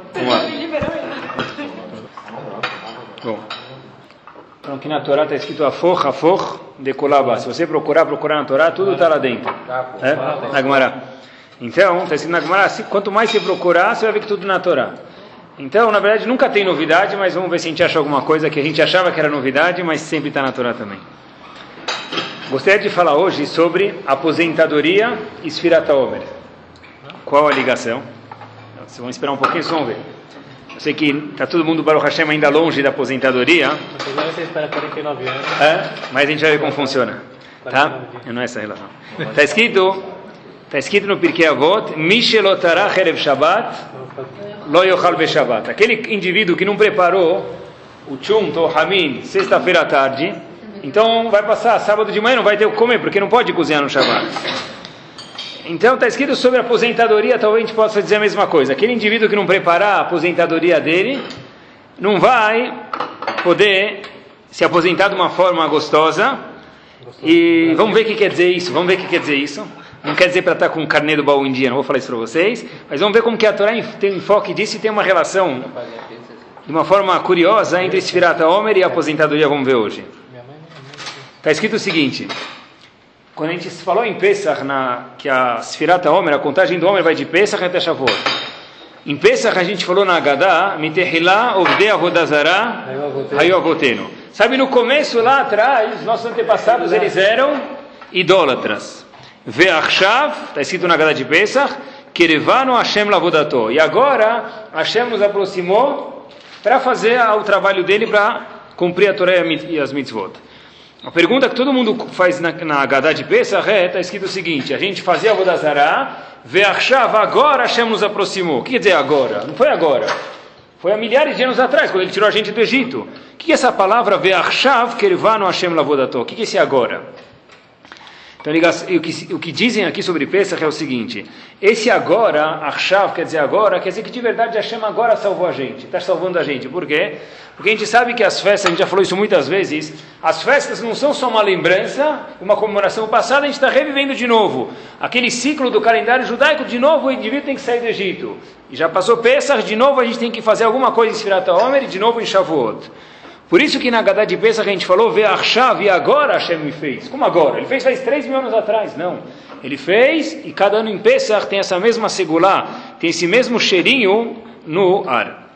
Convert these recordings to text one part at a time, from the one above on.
Vamos lá. Bom. Então aqui na Torá está escrito Afoch de Kolaba. Se você procurar na Torá, tudo está lá dentro. Na Gemara. Então, está escrito na Gemara, quanto mais você procurar, você vai ver que tudo na Torá. Então, na verdade, nunca tem novidade, mas vamos ver se a gente acha alguma coisa que a gente achava que era novidade, mas sempre está na Torá também. Gostaria de falar hoje sobre aposentadoria e Sfirat HaOmer. Qual a ligação? Vocês vão esperar um pouquinho, vocês vão ver. Eu sei que está todo mundo, Baruch Hashem, ainda longe da aposentadoria. Você espera 49 anos. Mas a gente vai ver como funciona. Tá? Não é essa a relação. Está escrito no Pirkei Avot, Mishelotara Erev Shabbat, Lo Yochal Beshabbat. Aquele indivíduo que não preparou o Tchum, ou Hamin, sexta-feira à tarde, então vai passar sábado de manhã, não vai ter o que comer, porque não pode cozinhar no Shabbat. Então está escrito sobre a aposentadoria, talvez a gente possa dizer a mesma coisa. Aquele indivíduo que não preparar a aposentadoria dele, não vai poder se aposentar de uma forma gostosa. E vamos ver o que quer dizer isso. Não quer dizer para estar com o carnê do baú em dia, não vou falar isso para vocês. Mas vamos ver como que a Torá tem enfoque disso e tem uma relação, de uma forma curiosa, entre Sfirat HaOmer e a aposentadoria, vamos ver hoje. Está escrito o seguinte... Quando a gente falou em Pesach, que a Sfirat HaOmer, a contagem do Homer vai de Pesach até Shavuot. Em Pesach a gente falou na Haggadah, Mitehilá, Ovdei Avodah Zará, Hayu Avotenu. Sabe, no começo, lá atrás, nossos antepassados, eles eram idólatras. Ve'achshav, está escrito na Haggadah de Pesach, Kerevanu Hashem Lavodato. E agora, Hashem nos aproximou para fazer o trabalho dele, para cumprir a Torá e as mitzvot. A pergunta que todo mundo faz na Haggadah de Pesach está escrito o seguinte: a gente fazia Avodah Zará, Ve'achshav, agora Hashem nos aproximou. O que quer dizer agora? Não foi agora. Foi há milhares de anos atrás, quando ele tirou a gente do Egito. O que é essa palavra Ve'achshav kervanu Hashem lavodato? O que é esse agora? Então, o que dizem aqui sobre Pesach é o seguinte: esse agora, Achshav, quer dizer agora, quer dizer que de verdade Hashem agora salvou a gente, está salvando a gente. Por quê? Porque a gente sabe que as festas, a gente já falou isso muitas vezes, as festas não são só uma lembrança, uma comemoração passada, a gente está revivendo de novo. Aquele ciclo do calendário judaico, de novo o indivíduo tem que sair do Egito. E já passou Pesach, de novo a gente tem que fazer alguma coisa em Sfirat HaOmer e de novo em Shavuot. Por isso que na Haggadah de Pesach a gente falou, Ve'achshav, e agora Hashem me fez. Como agora? Ele fez faz 3.000 anos atrás. Não. Ele fez, e cada ano em Pesach tem essa mesma segulá, tem esse mesmo cheirinho no ar.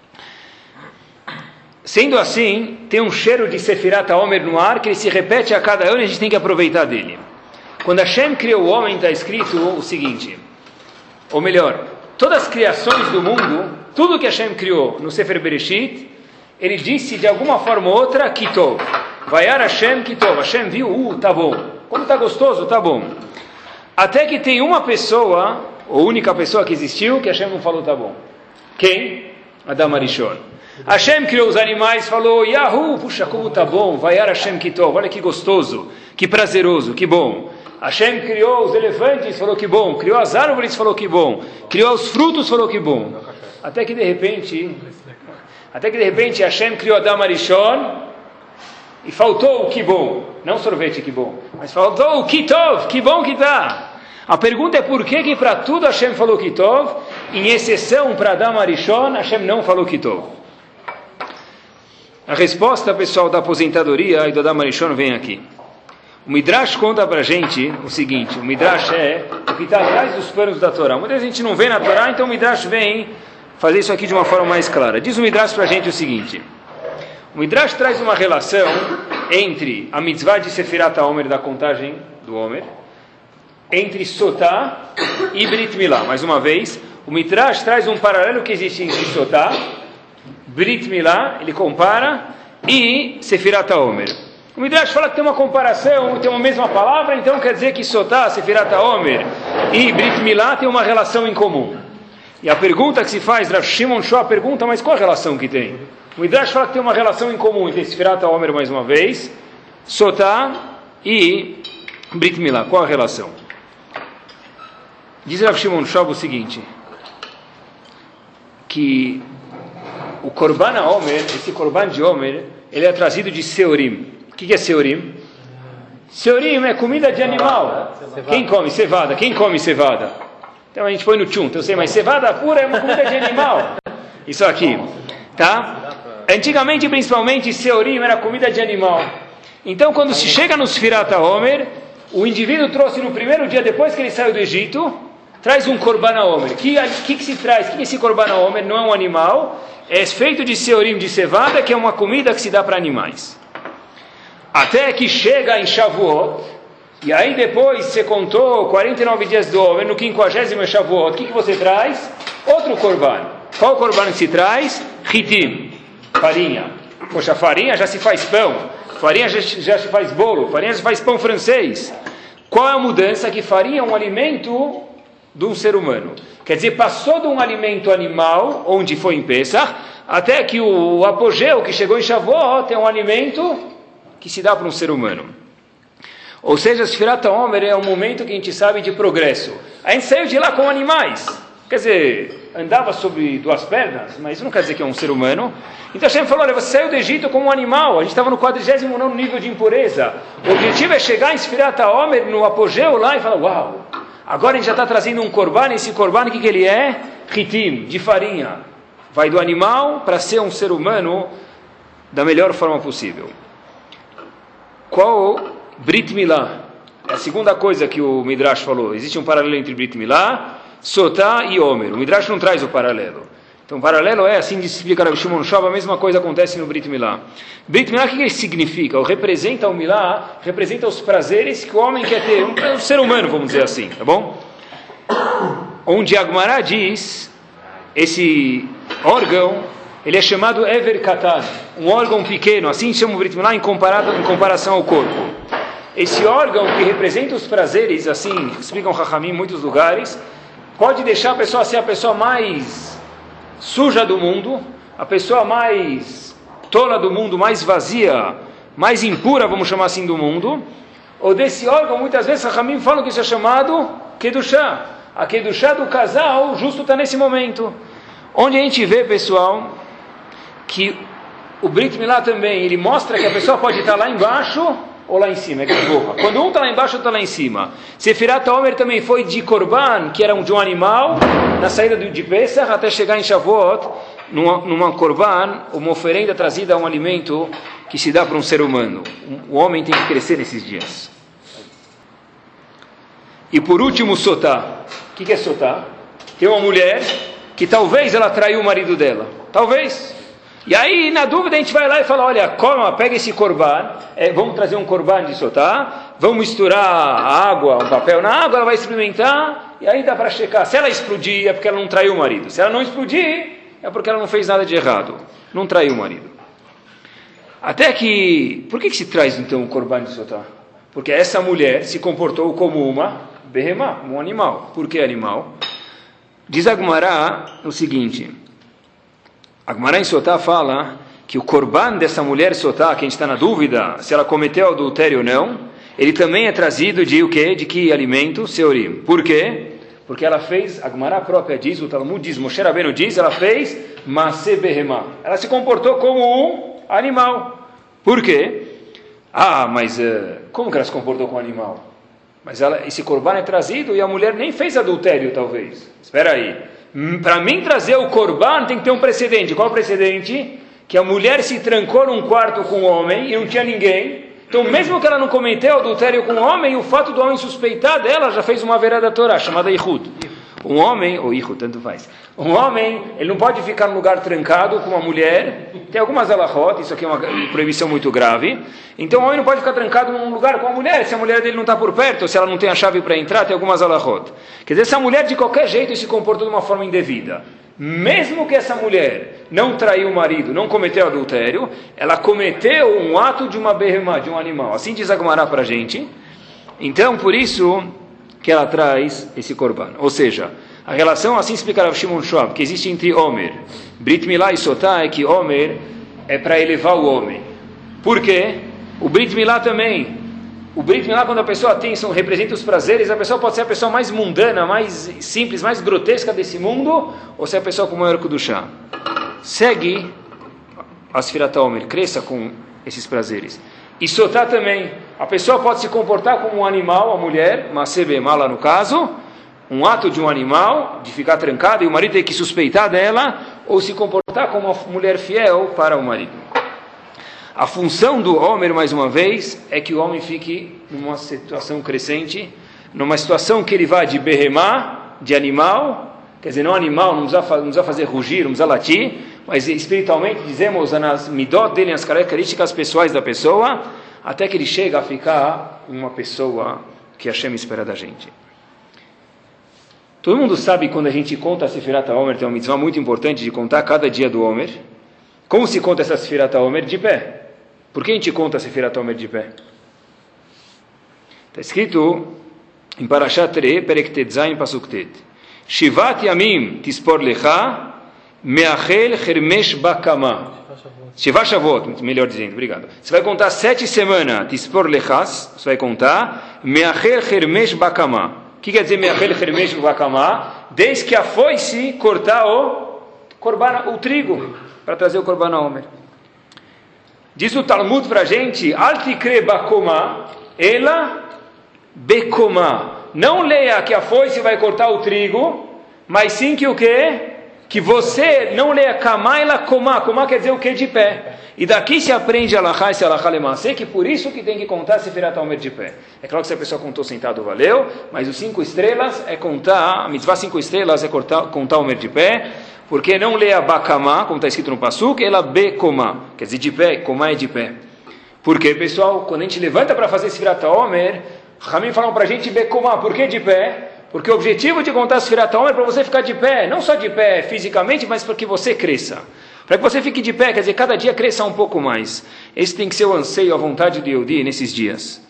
Sendo assim, tem um cheiro de Sfirat HaOmer no ar, que ele se repete a cada ano e a gente tem que aproveitar dele. Quando Hashem criou o homem, está escrito o seguinte, ou melhor, todas as criações do mundo, tudo que Hashem criou no Sefer Bereshit, ele disse de alguma forma ou outra, Kitov. Vayar Hashem Kitov. Hashem viu, tá bom. Como tá gostoso, tá bom. Até que tem uma pessoa, a única pessoa que existiu, que Hashem não falou tá bom. Quem? Adam Arishon. Hashem criou os animais, falou, Yahu, puxa, como tá bom. Vayar Hashem Kitov. Olha que gostoso, que prazeroso, que bom. Hashem criou os elefantes, falou que bom. Criou as árvores, falou que bom. Criou os frutos, falou que bom. Até que de repente Hashem criou Adam Arishon e faltou o que bom, não sorvete que bom, mas faltou o Kitov, que bom que dá. A pergunta é por que para tudo Hashem falou Kitov, em exceção para Adam Arishon, Hashem não falou Kitov. A resposta, pessoal, da aposentadoria e do Adam Arishon vem aqui. O Midrash conta para a gente o seguinte, o Midrash é o que está atrás dos panos da Torá. Muita gente não vê na Torá, então o Midrash vem fazer isso aqui de uma forma mais clara. Diz o Midrash para a gente o seguinte: o Midrash traz uma relação entre a mitzvah de Sefirat HaOmer, da contagem do Homer, entre Sotá e Brit Milá. Mais uma vez, o Midrash traz um paralelo que existe entre Sotá, Brit Milá, ele compara, e Sefirat HaOmer. O Midrash fala que tem uma comparação, tem uma mesma palavra, então quer dizer que Sotá, Sefirat HaOmer e Brit Milá têm uma relação em comum. E a pergunta que se faz, Rav Shimon Shua pergunta, mas qual a relação que tem? O Midrash fala que tem uma relação em comum entre Sfirat HaOmer, mais uma vez, Sotá e Brit Milá. Qual a relação? Diz Rav Shimon Shua o seguinte, que o Korban HaOmer, esse Korban de Homer, ele é trazido de Seorim. O que é Seorim? Seorim é comida de animal. Quem come cevada? Quem come cevada? Então a gente põe no tchum, então eu sei, mas cevada pura é uma comida de animal. isso aqui, tá? Antigamente, principalmente, seorim era comida de animal. Então, quando se chega no Sfirat HaOmer, o indivíduo trouxe no primeiro dia, depois que ele saiu do Egito, traz um Korban HaOmer. O que se traz? O que esse Korban HaOmer? Não é um animal, é feito de seorim, de cevada, que é uma comida que se dá para animais. Até que chega em Shavuot, e aí depois você contou 49 dias do Omer, no 50º Shavuot, o que você traz? Outro Korban. Qual Korban que se traz? Hitim, farinha. Poxa, farinha já se faz pão, farinha já se faz bolo, farinha já se faz pão francês. Qual é a mudança? Que farinha é um alimento de um ser humano. Quer dizer, passou de um alimento animal, onde foi em Pesach, até que o apogeu que chegou em Shavuot é um alimento que se dá para um ser humano. Ou seja, Sfirat HaOmer é um momento que a gente sabe de progresso. A gente saiu de lá com animais. Quer dizer, andava sobre duas pernas, mas isso não quer dizer que é um ser humano. Então Hashem falou, olha, você saiu do Egito como um animal. A gente estava no 49º nível de impureza. O objetivo é chegar em Sfirat HaOmer, no apogeu lá, e falar, uau, agora a gente já está trazendo um korban. Esse korban, o que ele é? Hitim, de farinha. Vai do animal para ser um ser humano da melhor forma possível. Qual Brit Milá? É a segunda coisa que o Midrash falou. Existe um paralelo entre Brit Milá, Sotá e Omer. O Midrash não traz o paralelo. Então o paralelo é, assim explica Rav Shimon Shov, a mesma coisa acontece no Brit Milá. Brit Milá, o que ele significa? Representa o Milá, representa os prazeres que o homem quer ter. Um ser humano, vamos dizer assim, tá bom? Onde a Gemara diz, esse órgão, ele é chamado Ever Katan, um órgão pequeno, assim chama o Brit Milá em comparação ao corpo. Esse órgão que representa os prazeres, assim explicam Chachamim em muitos lugares, pode deixar a pessoa ser a pessoa mais suja do mundo, a pessoa mais tola do mundo, mais vazia, mais impura, vamos chamar assim, do mundo. Ou desse órgão, muitas vezes Chachamim falam que isso é chamado Kedushá. A Kedushá do casal justo está nesse momento. Onde a gente vê, pessoal, que o Brit Milá também, ele mostra que a pessoa pode estar lá embaixo ou lá em cima. Quando um está lá embaixo, outro está lá em cima. Sfirat HaOmer também foi de Korban, que era de um animal, na saída de Pesach, até chegar em Shavuot, numa Korban, uma oferenda trazida a um alimento que se dá para um ser humano. O homem tem que crescer nesses dias. E por último, Sotá. O que é Sotá? Tem uma mulher que talvez ela traiu o marido dela. Talvez. E aí, na dúvida, a gente vai lá e fala, olha, pega esse korban, vamos trazer um korban de Sotá, vamos misturar a água, um papel na água, ela vai experimentar, e aí dá para checar. Se ela explodir, é porque ela não traiu o marido. Se ela não explodir, é porque ela não fez nada de errado. Não traiu o marido. Até que... Por que se traz, então, o korban de Sotá? Porque essa mulher se comportou como uma behemá, um animal. Por que animal? Diz a Gemara o seguinte... A Gemara em Sotá fala que o korban dessa mulher Sotá, que a gente está na dúvida se ela cometeu adultério ou não, ele também é trazido de o quê? De que alimento? Seorim. Por quê? Porque ela fez, a Gemara própria diz, o Talmud diz, Moshe Rabbeinu diz, ela fez Maaseh Behemá. Ela se comportou como um animal. Por quê? Mas como que ela se comportou como um animal? Mas esse korban é trazido e a mulher nem fez adultério, talvez. Espera aí. Para mim trazer o korban tem que ter um precedente. Qual o precedente? Que a mulher se trancou num quarto com o homem e não tinha ninguém. Então mesmo que ela não cometeu adultério com o homem, o fato do homem suspeitar dela já fez uma verá da Torá, chamada Ihud. Um homem, ou Ihud, tanto faz. Um homem, ele não pode ficar num lugar trancado com uma mulher. Tem algumas alahot, isso aqui é uma proibição muito grave. Então o homem não pode ficar trancado num lugar com a mulher, se a mulher dele não está por perto, ou se ela não tem a chave para entrar, tem algumas alahot. Quer dizer, essa mulher de qualquer jeito se comportou de uma forma indevida. Mesmo que essa mulher não traiu o marido, não cometeu adultério, ela cometeu um ato de uma behemá, de um animal. Assim diz a Gemara para a gente. Então, por isso que ela traz esse korban. Ou seja, a relação, assim explica Rav Shimon Shov, que existe entre Omer, Brit Milá e Sotá, é que Omer é para elevar o homem. Por quê? O Brit Milá também. O Brit Milá, quando a pessoa tem, representa os prazeres, a pessoa pode ser a pessoa mais mundana, mais simples, mais grotesca desse mundo, ou ser a pessoa com o maior kudushá. Segue a Sfirat HaOmer, cresça com esses prazeres. E Sotá também. A pessoa pode se comportar como um animal, a mulher, Maaseh Behemá lá no caso, um ato de um animal, de ficar trancado, e o marido tem que suspeitar dela, ou se comportar como uma mulher fiel para o marido. A função do homem, mais uma vez, é que o homem fique numa situação crescente, numa situação que ele vá de berremá, de animal, quer dizer, não animal, não precisa fazer rugir, não precisa latir, mas espiritualmente dizemos nas midot dele, nas características pessoais da pessoa, até que ele chega a ficar uma pessoa que Hashem espera da gente. Todo mundo sabe quando a gente conta a Sefirat HaOmer, tem uma mitzvah muito importante de contar cada dia do Omer. Como se conta essa Sefirat HaOmer? De pé. Por que a gente conta a Sefirat HaOmer de pé? Está escrito em Parashat Re, Perek Tetzain, Pasuk Tet. Shivat Yamim Tispor Lecha, Meachel Hermesh Bakama. Shivat Shavot, melhor dizendo, obrigado. Você vai contar 7 semanas, Tispor Lechas, você vai contar, Meachel Hermesh Bakama. O que quer dizer Meachel Hermesh Bakama? Desde que a foice cortar o trigo, para trazer o Korban HaOmer. Diz o Talmud para a gente, Altikre Bakoma, ela Bekoma. Não leia que a foice vai cortar o trigo, mas sim que o quê? Que você não leia Kama, ela Koma. Koma quer dizer o quê? De pé. E daqui se aprende Alachá e Alachá Lemassé, que por isso que tem que contar Sefirat HaOmer de pé. É claro que se a pessoa contou sentado, valeu, mas os 5 estrelas é contar, a mitzvah 5 estrelas é contar o Omer de pé, porque não leia Bakama, como está escrito no Pasuk, ela Bekoma, quer dizer de pé, Koma é de pé. Porque, pessoal, quando a gente levanta para fazer Sefirat HaOmer, Ramim falam para a gente Bekoma, por que de pé? Porque o objetivo de contar Sefirat HaOmer é para você ficar de pé, não só de pé fisicamente, mas para que você cresça. Para que você fique de pé, quer dizer, cada dia cresça um pouco mais. Esse tem que ser o anseio, a vontade de Yehudi nesses dias.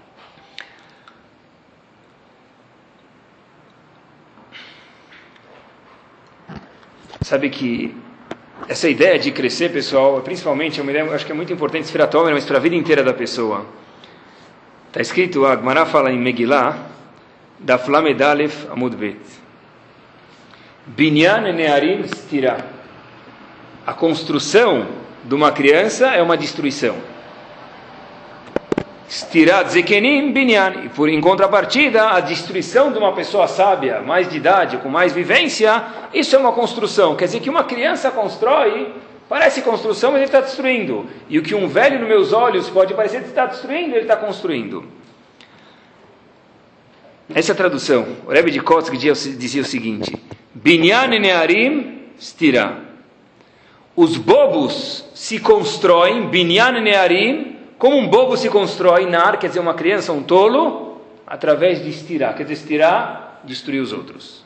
Sabe que essa ideia de crescer, pessoal, principalmente, eu acho que é muito importante Sefirat HaOmer, mas para a vida inteira da pessoa. Está escrito, a Gemara fala em Megillah, da Lamed Aleph Amud Bet. Binyan Nearim Stira. A construção de uma criança é uma destruição. Stirat Zekenim Binyan. E por em contrapartida, a destruição de uma pessoa sábia, mais de idade, com mais vivência, isso é uma construção. Quer dizer que uma criança constrói, parece construção, mas ele está destruindo. E o que um velho nos meus olhos pode parecer que está destruindo, ele está construindo. Essa é a tradução. O Rebbe de Kotzk dizia o seguinte: Binyan Nearim Stira. Os bobos se constroem, Binyan Nearim, como um bobo se constrói, Nar, quer dizer uma criança, um tolo, através de estirar. Quer dizer, estirar, destruir os outros.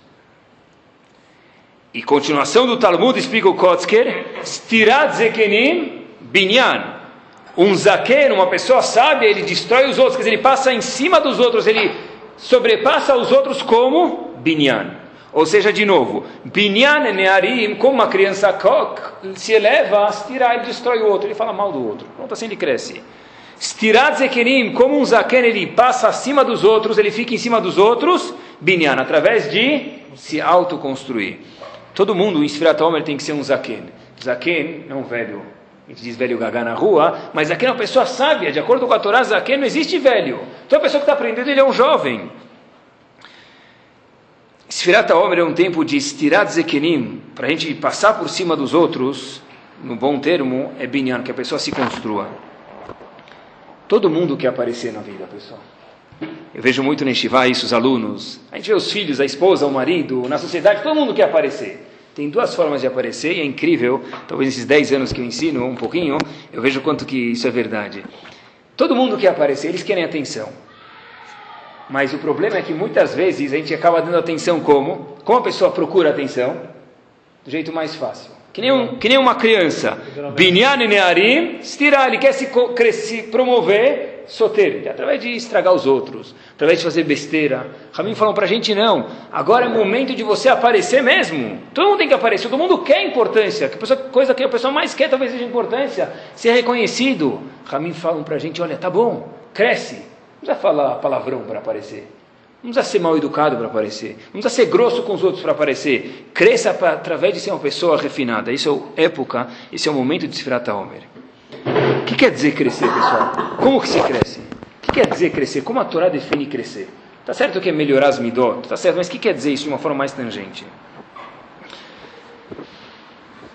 E continuação do Talmud, explica o Kotzker, Stirat Zekenim Binyan. Um zaken, uma pessoa sábia, ele destrói os outros, quer dizer, ele passa em cima dos outros, ele sobrepassa os outros como Binyan. Ou seja, de novo, Binyan Nearim, como uma criança se eleva, Stirat, ele destrói o outro, ele fala mal do outro. Pronto, assim ele cresce. Stirat Zekenim, como um zaken, ele passa acima dos outros, ele fica em cima dos outros, Binyan, através de se autoconstruir. Todo mundo em Sefirat HaOmer tem que ser um zaken. Zaken, não velho, a gente diz velho gagá na rua, mas zaken é uma pessoa sábia, de acordo com a Torá, zaken não existe velho. Então a pessoa que está aprendendo, ele é um jovem. Sefirat HaOmer é um tempo de Stirat Zekenim, para a gente passar por cima dos outros, no bom termo, é Binyan, que a pessoa se construa. Todo mundo quer aparecer na vida, pessoal. Eu vejo muito no Yeshiva isso, os alunos. A gente vê os filhos, a esposa, o marido, na sociedade, todo mundo quer aparecer. Tem 2 formas de aparecer e é incrível, talvez nesses 10 anos que eu ensino, um pouquinho, eu vejo quanto que isso é verdade. Todo mundo quer aparecer, eles querem atenção. Mas o problema é que muitas vezes a gente acaba dando atenção como? Como a pessoa procura atenção? Do jeito mais fácil. Que nem uma criança. Binyan Nearim Stira, ele quer se promover soter, através de estragar os outros, através de fazer besteira. Ramim falou para a gente, não, agora é o momento de você aparecer mesmo. Todo mundo tem que aparecer, todo mundo quer importância. Coisa que a pessoa mais quer talvez seja importância, ser reconhecido. Ramim falam para a gente, olha, tá bom, cresce. Não precisa falar palavrão para aparecer. Não precisa ser mal educado para aparecer. Não precisa ser grosso com os outros para aparecer. Cresça através de ser uma pessoa refinada. Isso é época, esse é o momento de Sefirat HaOmer. O que quer dizer crescer, pessoal? Como que se cresce? O que quer dizer crescer? Como a Torá define crescer? Está certo que é melhorar as midot, está certo, mas o que quer dizer isso de uma forma mais tangente?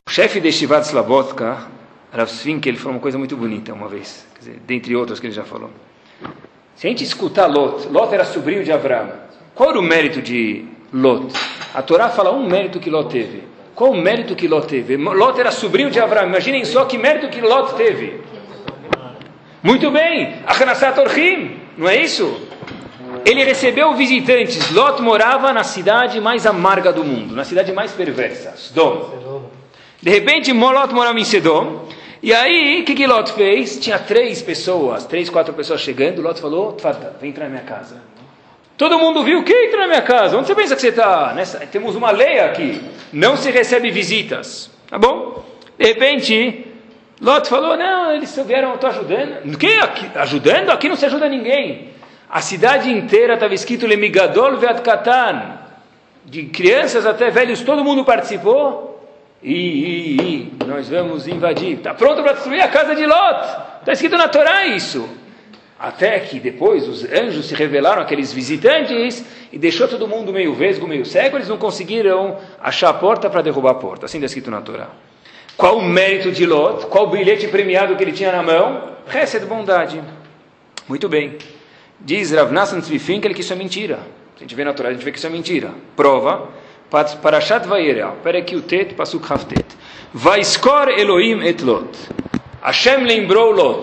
O chefe de Shivat Slabotka, Rav Swinkel, ele falou uma coisa muito bonita uma vez, quer dizer, dentre outras que ele já falou. Se a gente escutar Lot era sobrinho de Avraham. Qual era o mérito de Lot? A Torá fala um mérito que Lot teve. Qual o mérito que Lot teve? Lot era sobrinho de Avraham. Imaginem só que mérito que Lot teve. Muito bem. Achanasat Orchim, não é isso? Ele recebeu visitantes. Lot morava na cidade mais amarga do mundo, na cidade mais perversa, Sodom. De repente, Lot morava em Sodom. E aí, o que Lot fez? Tinha 3, 4 pessoas chegando. Lot falou, vem entrar na minha casa. Todo mundo viu, quem entra na minha casa? Onde você pensa que você está? Temos uma lei aqui, não se recebe visitas. Tá bom? De repente, Lot falou, não, eles vieram, eu estou ajudando. Quem ajudando? Aqui não se ajuda ninguém. A cidade inteira estava escrito Lemigadol Ve'ad Katan. De crianças até velhos, todo mundo participou. E nós vamos invadir. Está pronto para destruir a casa de Lot. Está escrito na Torá isso. Até que depois os anjos se revelaram aqueles visitantes e deixou todo mundo meio vesgo, meio cego. Eles não conseguiram achar a porta para derrubar a porta. Assim está escrito na Torá. Qual o mérito de Lot? Qual o bilhete premiado que ele tinha na mão? Hesed, bondade. Muito bem. Diz Rav Nassan Tzvi Finkel que isso é mentira. Se a gente vê na Torá, a gente vê que isso é mentira. Prova. Parashat Vayera, Perek Yutet, Pasuk Haftet. Vaiskor Elohim et Lot. Hashem lembrou Lot.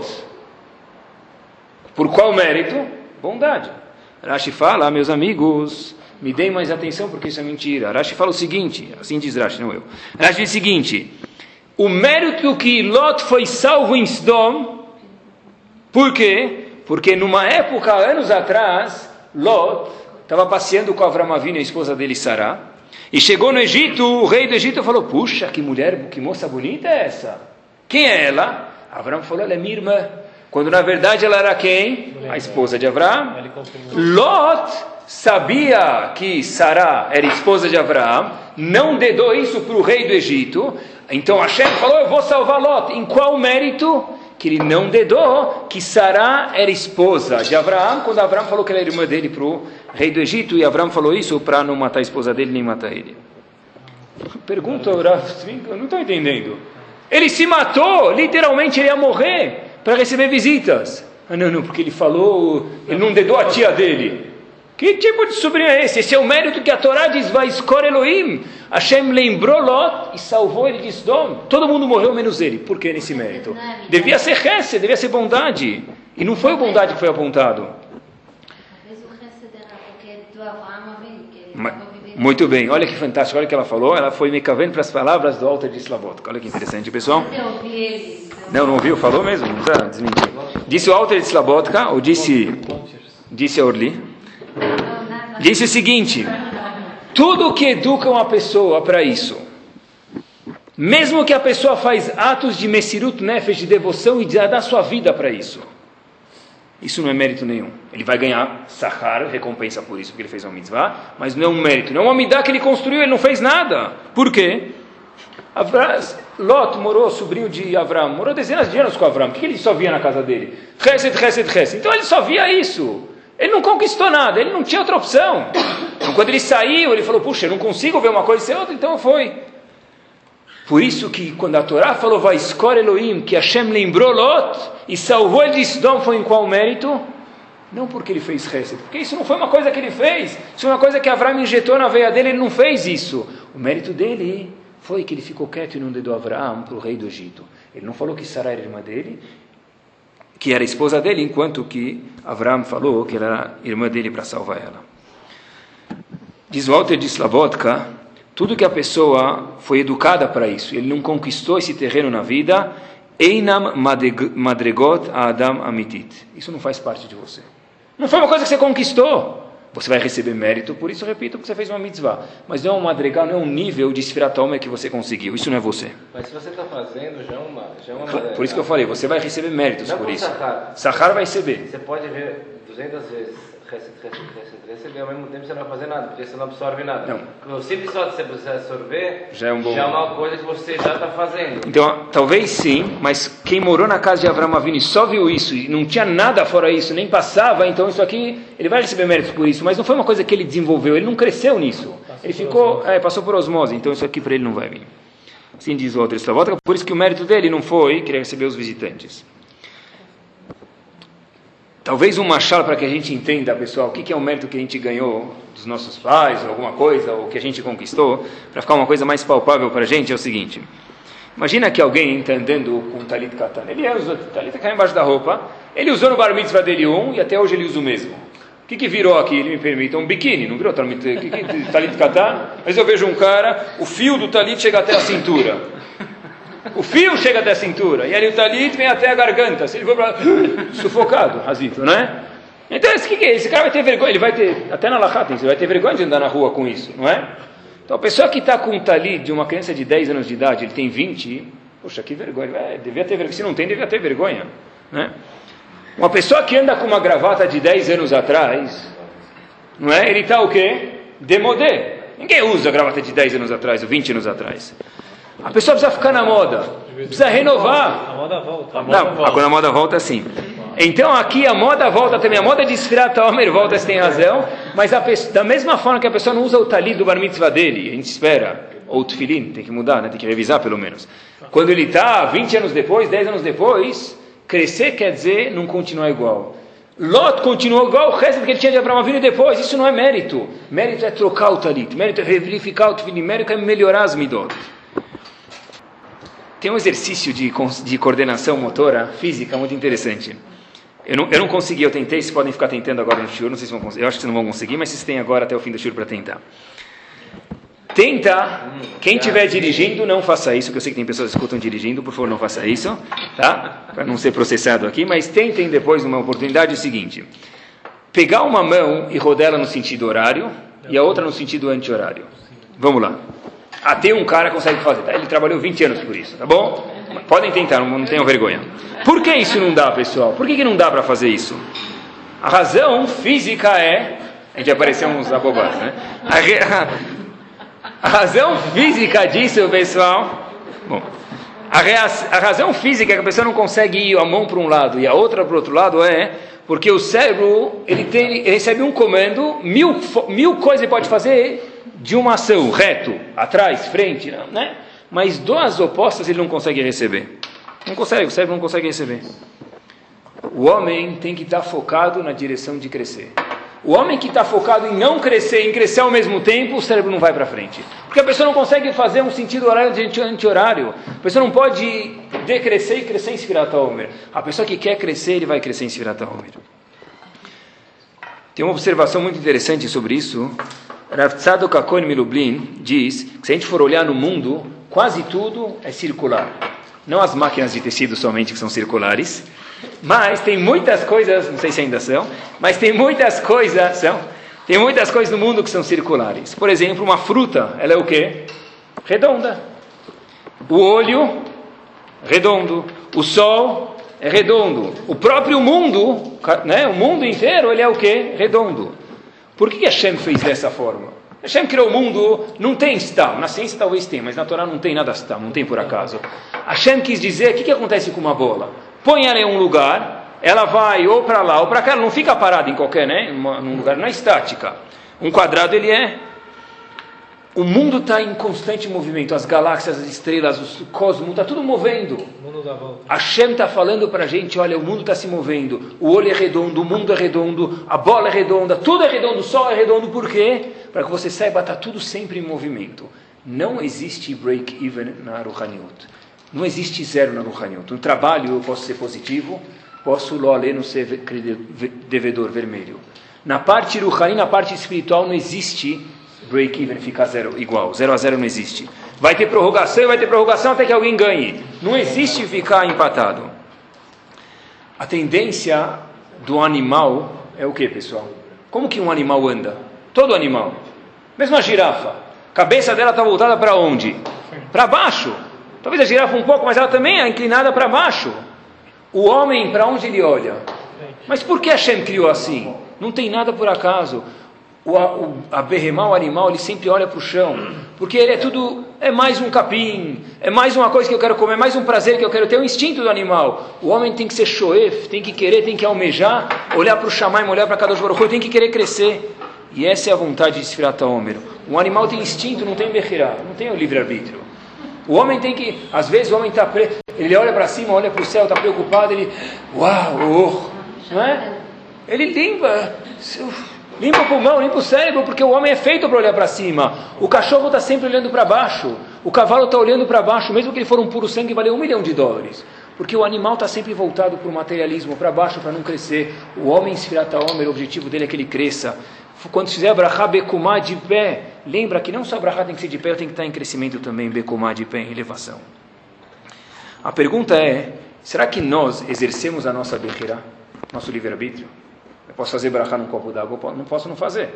Por qual mérito? Bondade. Rashi fala, meus amigos, me deem mais atenção porque isso é mentira. Rashi fala o seguinte, assim diz Rashi, não eu. Rashi diz o seguinte, o mérito que Lot foi salvo em Sodom, por quê? Porque numa época, anos atrás, Lot estava passeando com Avram Avinu, a esposa dele, Sará, e chegou no Egito, o rei do Egito falou, puxa, que mulher, que moça bonita é essa? Quem é ela? Avram falou, ela é minha irmã. Quando na verdade ela era quem? A esposa de Avram. Lot sabia que Sará era esposa de Avram, não dedou isso para o rei do Egito, então Hashem falou, eu vou salvar Lot. Em qual mérito? Que ele não dedou que Sará era esposa de Abraão, quando Abraão falou que ela era irmã dele para o rei do Egito, e Abraão falou isso para não matar a esposa dele, nem matar ele. Pergunta, eu não estou entendendo. Ele se matou, literalmente ele ia morrer para receber visitas. Não, porque ele falou, ele não dedou a tia dele. Que tipo de sobrinho é esse? Esse é o mérito que a Torá diz, Vaiskor Elohim. Hashem lembrou Lot e salvou ele de Sodom. Todo mundo morreu menos ele. Por que nesse mérito? Devia ser Hesed, devia ser bondade. E não foi bondade que foi apontado. Muito bem, olha que fantástico, olha o que ela falou. Ela foi me cavando para as palavras do Alter de Slabotka. Olha que interessante, pessoal. Não ouviu? Falou mesmo? Não precisa desmentir. Disse o Alter de Slabotka, ou disse a Orli. Disse o seguinte, tudo que educa uma pessoa para isso, mesmo que a pessoa faz atos de Messirut Nefesh, de devoção, e dá sua vida para isso, isso não é mérito nenhum. Ele vai ganhar Sahar, recompensa por isso, porque ele fez uma mitzvah, mas não é um mérito, não é uma midah que ele construiu, ele não fez nada. Por quê? Lot morou, sobrinho de Avram, morou dezenas de anos com Avram. O que ele só via na casa dele? Chesed. Então ele só via isso. Ele não conquistou nada, ele não tinha outra opção. Então quando ele saiu, ele falou, puxa, eu não consigo ver uma coisa sem outra, então foi. Por isso que quando a Torá falou, Vaiskor Elohim, que Hashem lembrou Lot e salvou ele de Sodom, foi em qual mérito? Não porque ele fez Hesed, porque isso não foi uma coisa que ele fez, isso foi uma coisa que Avram injetou na veia dele, ele não fez isso. O mérito dele foi que ele ficou quieto e não dedou Avram para o rei do Egito. Ele não falou que Sará era irmã dele, que era esposa dele, enquanto que Avram falou que ela era irmã dele para salvar ela. Diz o Alter de Slabotka, tudo que a pessoa foi educada para isso, ele não conquistou esse terreno na vida, Einam madregot Adam amitit. Isso não faz parte de você. Não foi uma coisa que você conquistou. Você vai receber mérito, por isso repito que você fez uma mitzvah. Mas não é um madrigal, não é um nível de Sfirat HaOmer que você conseguiu. Isso não é você. Mas se você está fazendo, já é uma por isso que eu falei, você vai receber méritos não por isso. Sahar vai receber. Você pode ver 200 vezes receber, ao mesmo tempo você não vai fazer nada, porque você não absorve nada. Não. O simples fato de você absorver já é uma coisa que você já está fazendo. Então, talvez sim, mas quem morou na casa de Avram Avinu e só viu isso, e não tinha nada fora isso, nem passava, então isso aqui, ele vai receber méritos por isso, mas não foi uma coisa que ele desenvolveu, ele não cresceu nisso. Ele ficou, passou por osmose, então isso aqui para ele não vai vir. Assim diz o outro Slavotka, por isso que o mérito dele não foi querer receber os visitantes. Talvez um machal para que a gente entenda, pessoal, o que é o mérito que a gente ganhou dos nossos pais, ou alguma coisa, ou que a gente conquistou, para ficar uma coisa mais palpável para a gente, é o seguinte. Imagina que alguém está andando com um talit katan. Ele usa o talit, cai embaixo da roupa, ele usou no bar mitzvah dele e até hoje ele usa o mesmo. O que virou aqui, ele me permite? Um biquíni, não virou talit katan? Mas eu vejo um cara, o fio do talit chega até a cintura. O fio chega até a cintura, e ali o talit vem até a garganta. Se ele for para sufocado, razito, não é? Então, esse cara vai ter vergonha, ele vai ter, até na Lachá, ele vai ter vergonha de andar na rua com isso, não é? Então, a pessoa que está com um talit de uma criança de 10 anos de idade, ele tem 20, poxa, que vergonha, devia ter vergonha, se não tem, devia ter vergonha, né? Uma pessoa que anda com uma gravata de 10 anos atrás, não é? Ele está o quê? Demodé. Ninguém usa gravata de 10 anos atrás, ou 20 anos atrás. A pessoa precisa ficar na moda, precisa renovar. A moda volta. Quando a moda volta, sim. Então aqui a moda volta também, a moda de Sfirat HaOmer volta, você tem razão, mas da mesma forma que a pessoa não usa o talit do bar mitzvah dele, a gente espera, ou o tefilin, tem que mudar, né? Tem que revisar pelo menos. Quando ele está 20 anos depois, 10 anos depois, crescer quer dizer não continuar igual. Lot continuou igual o resto que ele tinha de Abraão Avinu depois, isso não é mérito. Mérito é trocar o talit, mérito é verificar o tefilin, mérito é melhorar as midot. Tem um exercício de coordenação motora física muito interessante. Eu não consegui, eu tentei, vocês podem ficar tentando agora no shiur, não sei se vão conseguir, eu acho que vocês não vão conseguir, mas vocês têm agora até o fim do shiur para tentar. Tenta, quem estiver dirigindo, não faça isso, que eu sei que tem pessoas que escutam dirigindo, por favor, não faça isso, tá? Para não ser processado aqui, mas tentem depois, numa oportunidade, o seguinte: pegar uma mão e rodar ela no sentido horário e a outra no sentido anti-horário. Vamos lá. Até um cara consegue fazer, tá? Ele trabalhou 20 anos por isso, tá bom? Podem tentar, não tenham vergonha. Por que isso não dá, pessoal? Por que não dá para fazer isso? A razão física é... A gente apareceu uns abobados, né? A razão física disso, pessoal... Bom, a razão física que a pessoa não consegue ir a mão para um lado e a outra para o outro lado é porque o cérebro, ele recebe um comando, mil coisas ele pode fazer de uma ação, reto, atrás, frente, né? Mas duas opostas ele não consegue receber. Não consegue, o cérebro não consegue receber. O homem tem que estar focado na direção de crescer. O homem que está focado em não crescer, em crescer ao mesmo tempo, o cérebro não vai para frente. Porque a pessoa não consegue fazer um sentido horário de anti-horário. A pessoa não pode decrescer e crescer em Sfirat HaOmer. A pessoa que quer crescer, ele vai crescer em Sfirat HaOmer. Tem uma observação muito interessante sobre isso. Rav Tzadok HaKohen Milublin diz que se a gente for olhar no mundo, quase tudo é circular. Não as máquinas de tecido somente que são circulares, mas tem muitas coisas, não sei se ainda são, mas tem muitas coisas no mundo que são circulares. Por exemplo, uma fruta, ela é o quê? Redonda. O olho, redondo. O sol é redondo. O próprio mundo, né? O mundo inteiro, ele é o quê? Redondo. Por que Hashem fez dessa forma? Hashem criou o mundo, não tem stam, na ciência talvez tenha, mas na Torá não tem nada stam, não tem por acaso. Hashem quis dizer, o que acontece com uma bola? Põe ela em um lugar, ela vai ou para lá ou para cá, ela não fica parada em qualquer, né? Num lugar, não é estática. Um quadrado ele é. O mundo está em constante movimento, as galáxias, as estrelas, o cosmos, está tudo movendo. O mundo dá volta. Hashem está falando para a gente, olha, o mundo está se movendo, o olho é redondo, o mundo é redondo, a bola é redonda, tudo é redondo, o sol é redondo, por quê? Para que você saiba, está tudo sempre em movimento. Não existe break-even na Ruhaniut. Não existe zero na Ruhaniut. No trabalho eu posso ser positivo, posso loalê não ser devedor vermelho. Na parte Ruhani, na parte espiritual, não existe break-even, ficar zero, igual. 0 a 0 não existe. Vai ter prorrogação e vai ter prorrogação até que alguém ganhe. Não existe ficar empatado. A tendência do animal é o que, pessoal? Como que um animal anda? Todo animal. Mesmo a girafa. A cabeça dela está voltada para onde? Para baixo. Talvez a girafa um pouco, mas ela também é inclinada para baixo. O homem, para onde ele olha? Mas por que Hashem criou assim? Não tem nada por acaso. A berremá, o animal, ele sempre olha para o chão, porque ele é mais um capim, é mais uma coisa que eu quero comer, é mais um prazer que eu quero ter, o instinto do animal. O homem tem que ser shoef, tem que querer, tem que almejar, olhar para o Shamayim, olhar para Kadosh Baruch Hu, tem que querer crescer. E essa é a vontade de Sfirat HaOmer. Um animal tem instinto, não tem bechirá, não tem o livre-arbítrio. O homem tem que, às vezes o homem está preto, ele olha para cima, olha para o céu, está preocupado, ele, uau, não é? Ele limpa o pulmão, limpa o cérebro, porque o homem é feito para olhar para cima. O cachorro está sempre olhando para baixo, o cavalo está olhando para baixo, mesmo que ele for um puro sangue, vale $1 milhão. Porque o animal está sempre voltado para o materialismo, para baixo, para não crescer. O homem, Sfirat HaOmer, o objetivo dele é que ele cresça. Quando fizer Brachá Bekumá de pé, lembra que não só Brachá tem que ser de pé, tem que estar em crescimento também, Bekumá de pé, em elevação. A pergunta é, será que nós exercemos a nossa Bechirá, nosso livre-arbítrio? Eu posso fazer Brachá num copo d'água, não posso não fazer.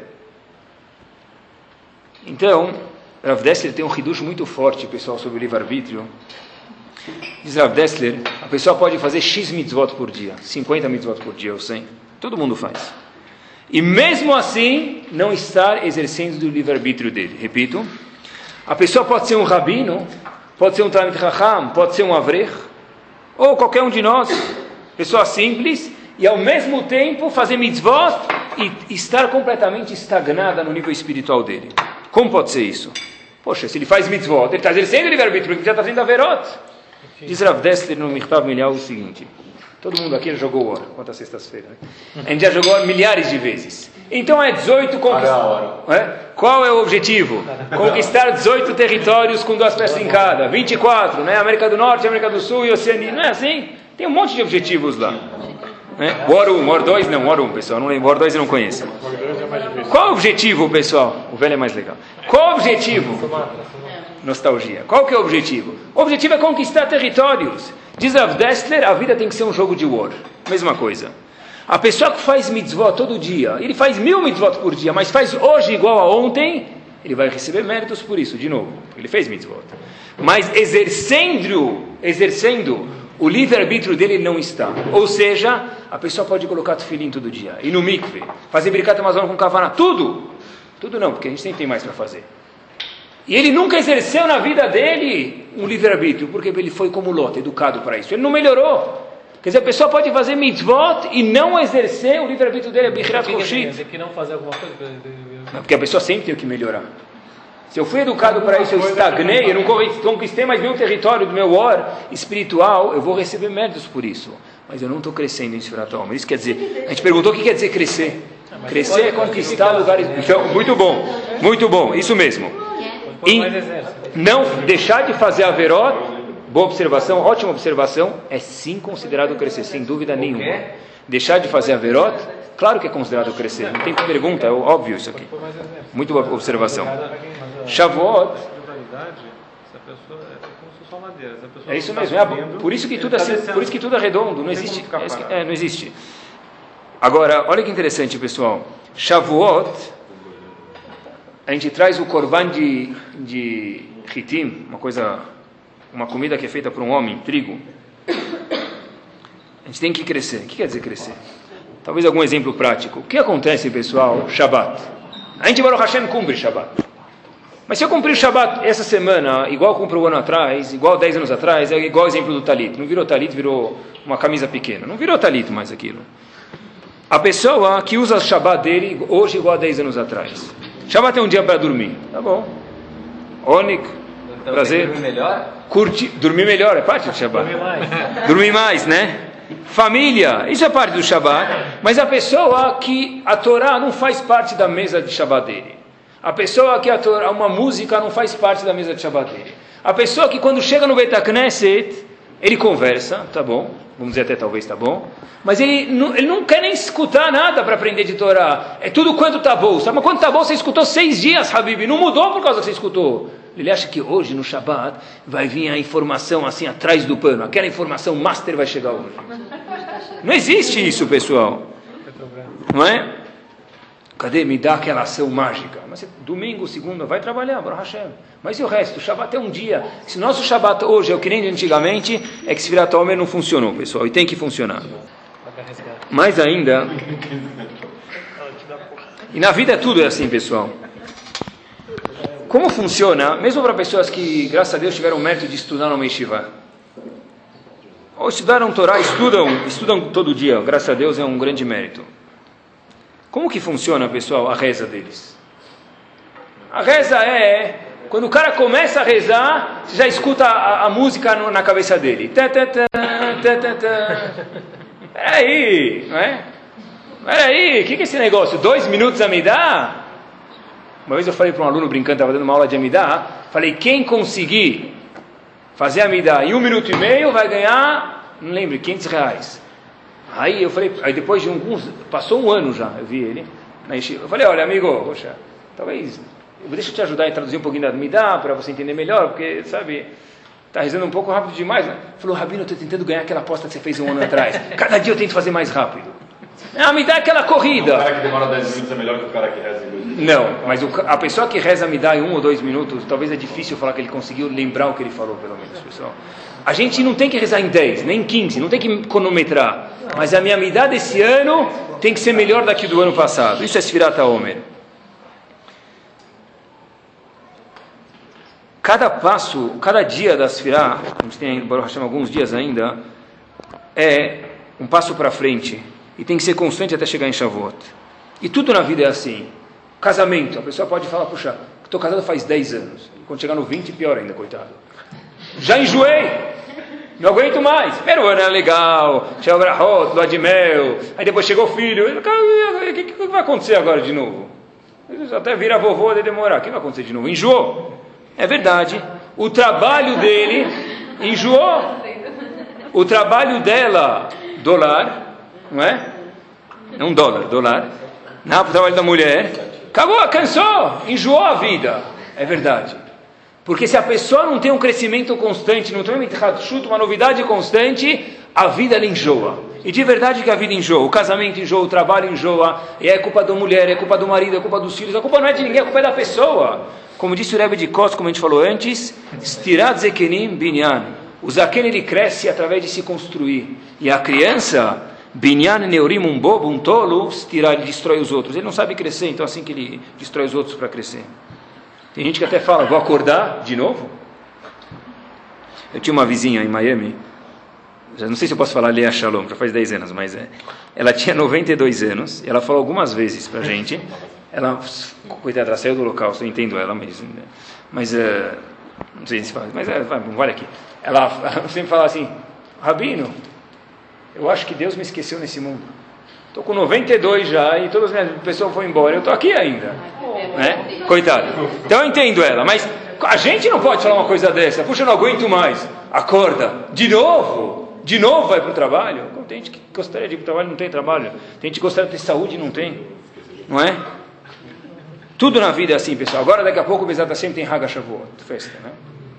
Então, Rav Dessler tem um hidush muito forte, pessoal, sobre o livre-arbítrio. Diz Rav Dessler, a pessoa pode fazer X mitzvot por dia, 50 mitzvot por dia, ou 100. Todo mundo faz. E mesmo assim, não estar exercendo o livre-arbítrio dele. Repito, a pessoa pode ser um rabino, pode ser um Talmid Chacham, pode ser um avrech, ou qualquer um de nós, pessoa simples, e ao mesmo tempo fazer mitzvot e estar completamente estagnada no nível espiritual dele. Como pode ser isso? Poxa, se ele faz mitzvot, ele está exercendo o livre-arbítrio, ele já está fazendo averot. Diz Rav Dessler no Michtav Milial o seguinte, todo mundo aqui já jogou War, quantas sextas-feiras? A gente já jogou milhares de vezes. Então é 18 conquistar. Qual é o objetivo? Conquistar 18 territórios com 2 peças em cada. 24, né? América do Norte, América do Sul e Oceania. Não é assim? Tem um monte de objetivos lá. War 1, War 2, não, War 1, pessoal. Não lembro, War 2 eu não conheço. Qual é o objetivo, pessoal? O velho é mais legal. Qual é o objetivo? Nostalgia. Qual que é o objetivo? O objetivo é conquistar territórios. Diz Rav Dessler, a vida tem que ser um jogo de war. Mesma coisa. A pessoa que faz mitzvot todo dia, ele faz 1000 mitzvot por dia, mas faz hoje igual a ontem, ele vai receber méritos por isso, de novo. Ele fez mitzvot. Mas exercendo o livre-arbítrio dele, ele não está. Ou seja, a pessoa pode colocar tefilim todo dia, ir no mikve, fazer birkat hamazon com kavaná, tudo. Tudo não, porque a gente sempre tem mais para fazer. E ele nunca exerceu na vida dele um livre-arbítrio, porque ele foi como Lot, educado para isso. Ele não melhorou. Quer dizer, a pessoa pode fazer mitzvot e não exercer o livre-arbítrio dele, Bichirat Koshit. Tem que não fazer alguma coisa? Não, porque a pessoa sempre tem que melhorar. Se eu fui educado para isso, eu estagnei, eu não conquistei mais meu território do meu or espiritual, eu vou receber méritos por isso. Mas eu não estou crescendo em Sfirat HaOmer. Isso quer dizer, a gente perguntou o que quer dizer crescer. Crescer é conquistar lugares... Então, muito bom, isso mesmo. E não deixar de fazer averot, boa observação, ótima observação, é sim considerado crescer, sem dúvida nenhuma. Deixar de fazer averot, claro que é considerado crescer, não tem pergunta, é óbvio isso aqui. Muito boa observação. Shavuot, é isso mesmo, por isso que tudo é redondo, não existe. Não existe. Agora, olha que interessante, pessoal. Shavuot, a gente traz o korban de chitim, uma comida que é feita por um homem, trigo. A gente tem que crescer. O que quer dizer crescer? Talvez algum exemplo prático. O que acontece, pessoal? Shabbat. A gente, Baruch Hashem, cumpre Shabbat. Mas se eu cumprir o Shabbat essa semana, igual cumpri o ano atrás, igual 10 anos atrás, é igual o exemplo do talit. Não virou talit, virou uma camisa pequena. Não virou talit mais aquilo. A pessoa que usa o Shabbat dele, hoje igual a 10 anos atrás. Shabbat é um dia para dormir. Tá bom. Onik, então, prazer. Dormir melhor? Dormir melhor, é parte do Shabbat. Dormir mais, né? Família, isso é parte do Shabbat. Mas a pessoa que a Torá não faz parte da mesa de Shabbat dele. A pessoa que a Torá, uma música não faz parte da mesa de Shabbat dele. A pessoa que quando chega no Beit HaKnesset, ele conversa, tá bom. Vamos dizer até talvez tá bom. Mas ele não quer nem escutar nada para aprender de Torá. É tudo quanto tá bom. Sabe? Mas quando tá bom, você escutou 6 dias, Habib. Não mudou por causa que você escutou. Ele acha que hoje, no Shabbat, vai vir a informação assim atrás do pano. Aquela informação master vai chegar hoje. Não existe isso, pessoal. Não é? Cadê? Me dá aquela ação mágica. Mas domingo, segunda, vai trabalhar, Baruch Hashem. Mas e o resto? O Shabbat é um dia. Se o nosso Shabbat hoje é o que nem de antigamente, é que Sfirat HaOmer não funcionou, pessoal. E tem que funcionar. Mais ainda... E na vida tudo é assim, pessoal. Como funciona, mesmo para pessoas que, graças a Deus, tiveram o mérito de estudar no Yeshiva? Ou estudaram Torá, estudam todo dia, graças a Deus é um grande mérito. Como que funciona, pessoal, a reza deles? A reza é Quando o cara começa a rezar, você já escuta a música na cabeça dele. Peraí, não é? Peraí, o que é esse negócio? 2 minutos a me dar? Uma vez eu falei para um aluno brincando, estava dando uma aula de Amidá, falei, quem conseguir fazer Amidá em 1 minuto e meio vai ganhar, não lembro, R$500. Aí eu falei, aí depois de passou 1 ano já, eu vi ele, eu falei, olha amigo, poxa, talvez, deixa eu te ajudar a traduzir um pouquinho da Amidá, para você entender melhor, porque, sabe, está rezando um pouco rápido demais, né? Falou, Rabino, eu estou tentando ganhar aquela aposta que você fez 1 ano atrás, cada dia eu tento fazer mais rápido. Me dá aquela corrida. O cara que demora 10 minutos é melhor que o cara que reza em 2 minutos. Não, mas a pessoa que reza me dá em 1 ou 2 minutos, talvez é difícil falar que ele conseguiu lembrar o que ele falou, pelo menos, pessoal. A gente não tem que rezar em 10, nem em 15, não tem que cronometrar. Mas a minha midá desse ano tem que ser melhor daqui do ano passado. Isso é Sfirat HaOmer. Cada passo, cada dia da Sfirá, a gente tem Baruch Hashem alguns dias ainda, é um passo para frente. E tem que ser constante até chegar em Shavuot. E tudo na vida é assim. Casamento, a pessoa pode falar, puxa, estou casado faz 10 anos. E quando chegar no 20, pior ainda, coitado. Já enjoei, não aguento mais. Primeiro ano era legal, tinha o brachot, lua de mel, aí depois chegou o filho. O que vai acontecer agora de novo? Até vira vovô de demorar. O que vai acontecer de novo? Enjoou. É verdade. O trabalho dele enjoou. O trabalho dela, dólar, não é? Não dólar. Não, o trabalho da mulher. Acabou, cansou, enjoou a vida. É verdade. Porque se a pessoa não tem um crescimento constante, não tem uma novidade constante, a vida ela enjoa. E de verdade que a vida enjoa. O casamento enjoa, o trabalho enjoa. E é culpa da mulher, é culpa do marido, é culpa dos filhos. A culpa não é de ninguém, a culpa é da pessoa. Como disse o Rebbe de Kos, como a gente falou antes, Stirat Zekenim Binyan. O Zaken ele cresce através de se construir. E a criança, Binyan Neurim, um bobo, um tolo, Stirat, ele destrói os outros. Ele não sabe crescer, então assim que ele destrói os outros para crescer. Tem gente que até fala, vou acordar de novo? Eu tinha uma vizinha em Miami, já não sei se eu posso falar Lea Shalom, já faz 10 anos, mas ela tinha 92 anos, e ela falou algumas vezes pra gente, ela, coitada, ela saiu do local, eu entendo ela, mas não sei se fala, mas vale aqui. Ela sempre fala assim, Rabino, eu acho que Deus me esqueceu nesse mundo. Estou com 92 já e todas as minhas pessoas foram embora. Eu estou aqui ainda. Né? Coitado. Então eu entendo ela. Mas a gente não pode falar uma coisa dessa. Puxa, eu não aguento mais. Acorda. De novo. De novo vai para o trabalho. Tem gente que gostaria de ir para o trabalho e não tem trabalho. Tem gente que gostaria de ter saúde e não tem. Não é? Tudo na vida é assim, pessoal. Agora daqui a pouco o Bezat Hashem tem Haga Shavuot. Festa, né?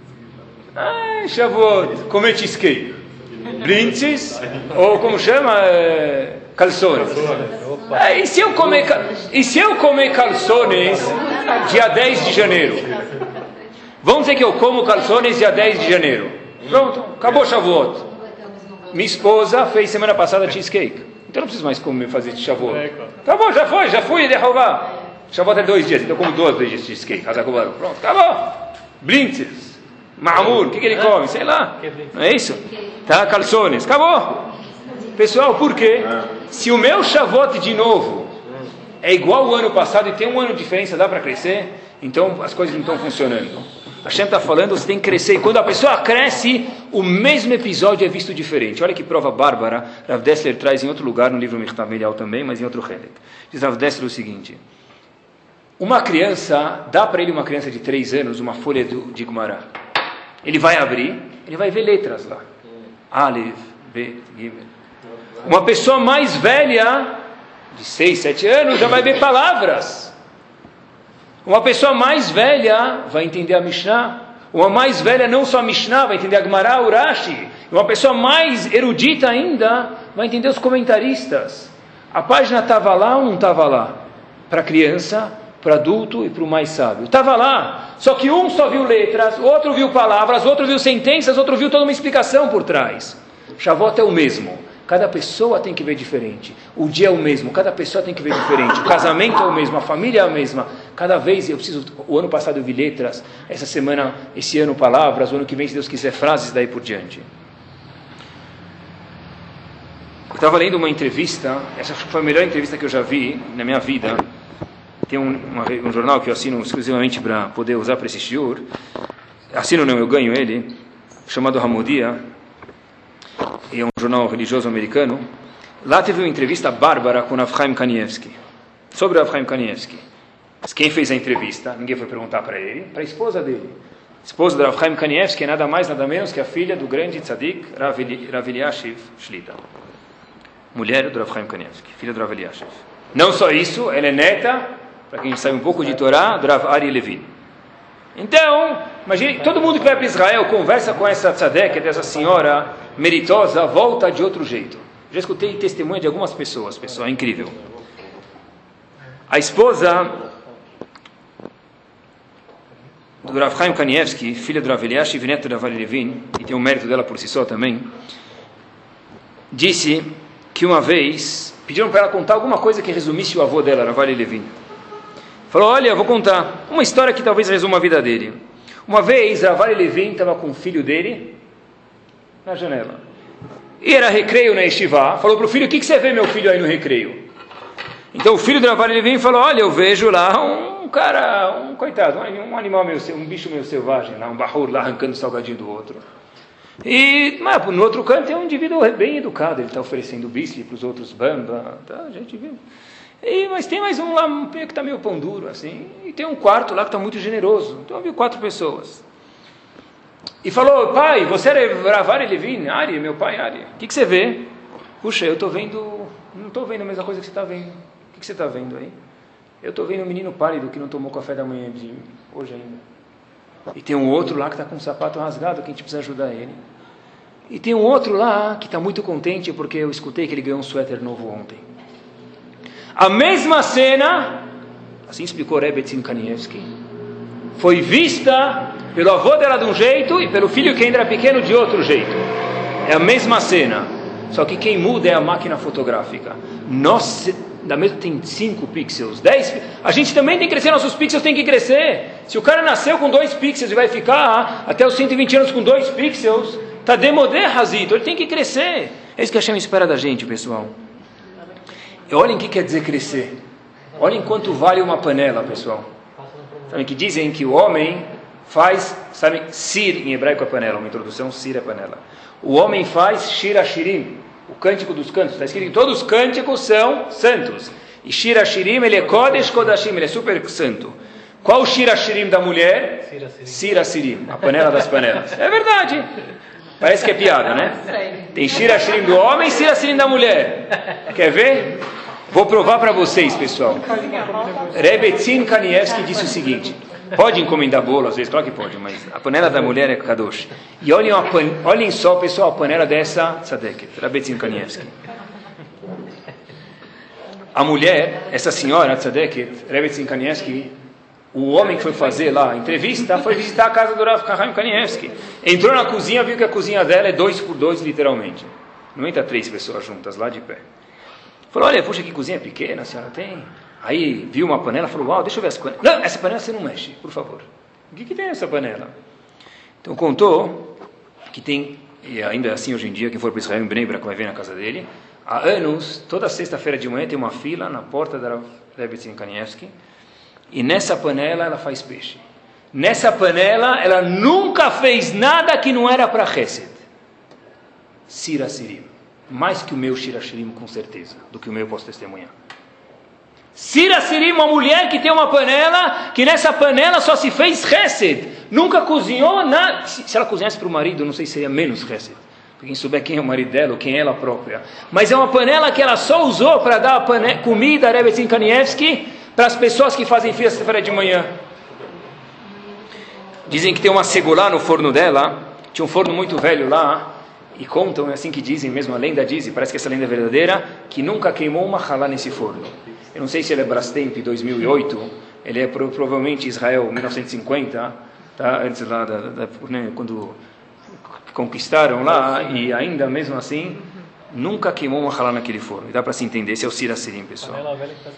Ah, Shavuot. Comer cheesecake. Brindes. Ou como chama... calçones. E se eu comer calçones dia 10 de janeiro? Vamos dizer que eu como calçones dia 10 de janeiro. Pronto, acabou Shavuot. Minha esposa fez semana passada cheesecake. Então não preciso mais fazer Shavuot. Acabou, já fui derrubar. Shavuot é 2 dias, então eu como 2 vezes cheesecake. Pronto, acabou. Blintzes, Ma'amur, o que ele come? Sei lá. Não é isso? Tá, calçones, acabou. Pessoal, por quê? Se o meu Shavuot de novo é igual ao ano passado e tem 1 ano de diferença, dá para crescer? Então as coisas não estão funcionando. A Hashem está falando, você tem que crescer. E quando a pessoa cresce, o mesmo episódio é visto diferente. Olha que prova bárbara. Rav Dessler traz em outro lugar, no livro Mirtav Melial também, mas em outro Helek. Diz Rav Dessler o seguinte. Uma criança, dá para ele uma criança de 3 anos, uma folha de Gumará. Ele vai abrir, ele vai ver letras lá. Aleph, Bet, Gimel. Uma pessoa mais velha, de 6, 7 anos, já vai ver palavras. Uma pessoa mais velha vai entender a Mishnah. Uma mais velha, não só a Mishnah, vai entender a Gemara, o Rashi. Uma pessoa mais erudita ainda, vai entender os comentaristas. A página estava lá ou não estava lá? Para criança, para adulto e para o mais sábio. Estava lá. Só que um só viu letras, o outro viu palavras, o outro viu sentenças, o outro viu toda uma explicação por trás. Shavuot é o mesmo. Cada pessoa tem que ver diferente. O dia é o mesmo, cada pessoa tem que ver diferente. O casamento é o mesmo, a família é a mesma. Cada vez o ano passado eu vi letras, essa semana, esse ano palavras, o ano que vem, se Deus quiser, frases, daí por diante. Eu estava lendo uma entrevista, essa foi a melhor entrevista que eu já vi na minha vida, tem um jornal que eu assino exclusivamente para poder usar para esse shiur. Assino não, eu ganho ele, chamado Hamodia. É um jornal religioso americano. Lá teve uma entrevista bárbara com Rav Chaim Kanievsky, sobre Rav Chaim Kanievsky. Mas quem fez a entrevista? Ninguém foi perguntar para ele, para a esposa dele. A esposa do Rav Chaim Kanievsky é nada mais, nada menos que a filha do grande tzadik Rav Eliashiv Shlita. Mulher do Rav Chaim Kanievsky, filha do Rav Eliashiv. Não só isso, ela é neta, para quem sabe um pouco de Torá, do Rav Ari Levin. Então, imagine, todo mundo que vai para Israel conversa com essa tzadek, dessa senhora meritosa, volta de outro jeito. Já escutei testemunho de algumas pessoas, pessoal, é incrível. A esposa do Rav Chaim Kanievsky, filha do Rav Eliashiv, neta do Rav Ari Levin, e tem um mérito dela por si só também, disse que uma vez pediram para ela contar alguma coisa que resumisse o avô dela, Rav Ari Levin. Falou, olha, eu vou contar uma história que talvez resuma a vida dele. Uma vez, Rav Ari Levin estava com o filho dele na janela. E era recreio na Yeshiva. Falou para o filho, o que você vê, meu filho, aí no recreio? Então o filho do Rav Ari Levin falou, olha, eu vejo lá um cara, um coitado, um animal meio, um bicho meio selvagem, lá, um bahur lá arrancando o salgadinho do outro. Mas no outro canto tem um indivíduo bem educado, ele está oferecendo bisli para os outros bamba, tá, a gente viu. Mas tem mais um lá que está meio pão duro, assim, e tem um quarto lá que está muito generoso. Então eu vi 4 pessoas. E falou, pai, você é Rav Ari Levin? Ari, meu pai Ari. O que você vê? Puxa, eu estou vendo, não estou vendo a mesma coisa que você está vendo. O que você está vendo aí? Eu estou vendo um menino pálido que não tomou café da manhã de hoje ainda. E tem um outro lá que está com um sapato rasgado, que a gente precisa ajudar ele. E tem um outro lá que está muito contente porque eu escutei que ele ganhou um suéter novo ontem. A mesma cena, assim explicou Rebbe Tzim Kanievsky, foi vista pelo avô dela de um jeito e pelo filho que ainda era pequeno de outro jeito. É a mesma cena, só que quem muda é a máquina fotográfica. Nós, da mesma, tem 5 pixels, 10. A gente também tem que crescer, nossos pixels têm que crescer. Se o cara nasceu com 2 pixels e vai ficar até os 120 anos com 2 pixels, está demodé, Razito, ele tem que crescer. É isso que a Hashem espera da gente, pessoal. E olhem o que quer dizer crescer. Olhem quanto vale uma panela, pessoal. Sabem que dizem que o homem faz, sabe, sir em hebraico é panela, uma introdução, sir é panela. O homem faz shir hashirim, o cântico dos cantos. Está escrito que todos os cânticos são santos. E shir hashirim, ele é kodesh kodashim, ele é super santo. Qual o shir hashirim da mulher? Sir hashirim, a panela das panelas. É verdade. Parece que é piada, né? Tem shir hashirim do homem e shir hashirim da mulher. Quer ver? Vou provar para vocês, pessoal. Rebbe Tzim Kanievsky disse o seguinte: pode encomendar bolo, às vezes, claro que pode, mas a panela da mulher é kadosh. E olhem só, pessoal, a panela dessa tzadeket, Rebbe Tzim Kanievsky. A mulher, essa senhora tzadeket, Rebbe Tzim Kanievsky, o homem que foi fazer lá a entrevista, foi visitar a casa do Rav Chaim Kanievsky. Entrou na cozinha, viu que a cozinha dela é 2x2, literalmente. Não entra 3 pessoas juntas lá de pé. Falou, olha, puxa, que cozinha pequena a senhora tem. Aí viu uma panela, falou, uau, deixa eu ver essa panela. Não, essa panela você não mexe, por favor. O que tem essa panela? Então contou que tem, e ainda é assim hoje em dia, quem for para Israel em Bnei Brak vai ver na casa dele, há anos, toda sexta-feira de manhã tem uma fila na porta da Rebbe Tzim Kanievsky, e nessa panela ela faz peixe. Nessa panela ela nunca fez nada que não era para Chesed. Sir Hasirim. Mais que o meu Shir Hashirim, com certeza, do que o meu eu posso testemunhar. Sir Hasirim, uma mulher que tem uma panela, que nessa panela só se fez Chesed, nunca cozinhou nada. Se ela cozinhasse para o marido, não sei se seria menos Chesed, para quem souber quem é o marido dela ou quem é ela própria. Mas é uma panela que ela só usou para dar comida a Rebbe Tzim Kanievsky para as pessoas que fazem fila sexta-feira de manhã. Dizem que tem uma segulá no forno dela, tinha um forno muito velho lá, e contam, é assim que dizem, mesmo a lenda diz, e parece que essa lenda é verdadeira, que nunca queimou uma halá nesse forno. Eu não sei se ele é Brastemp 2008, ele é provavelmente Israel 1950, tá? Antes lá, né, quando conquistaram lá, e ainda mesmo assim, nunca queimou uma halá naquele forno. E dá para se entender, esse é o Sir Hasirim, pessoal.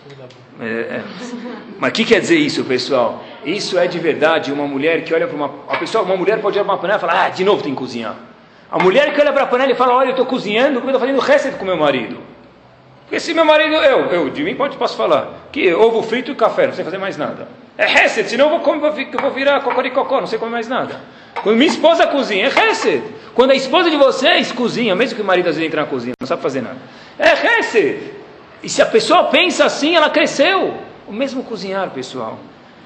Mas o que quer dizer isso, pessoal? Isso é de verdade uma mulher que olha para uma mulher pode olhar para uma panela e falar, de novo tem que cozinhar. A mulher que olha para a panela e fala, olha, eu estou cozinhando porque eu estou fazendo Chesed com meu marido. Porque se meu marido, de mim posso falar, que ovo frito e café, não sei fazer mais nada. É Hesed, senão eu vou virar cocoricocó, não sei comer mais nada. Quando minha esposa cozinha, é Hesed. Quando a esposa de vocês cozinha, mesmo que o marido às vezes entra na cozinha, não sabe fazer nada. É Hesed. E se a pessoa pensa assim, ela cresceu. O mesmo cozinhar, pessoal.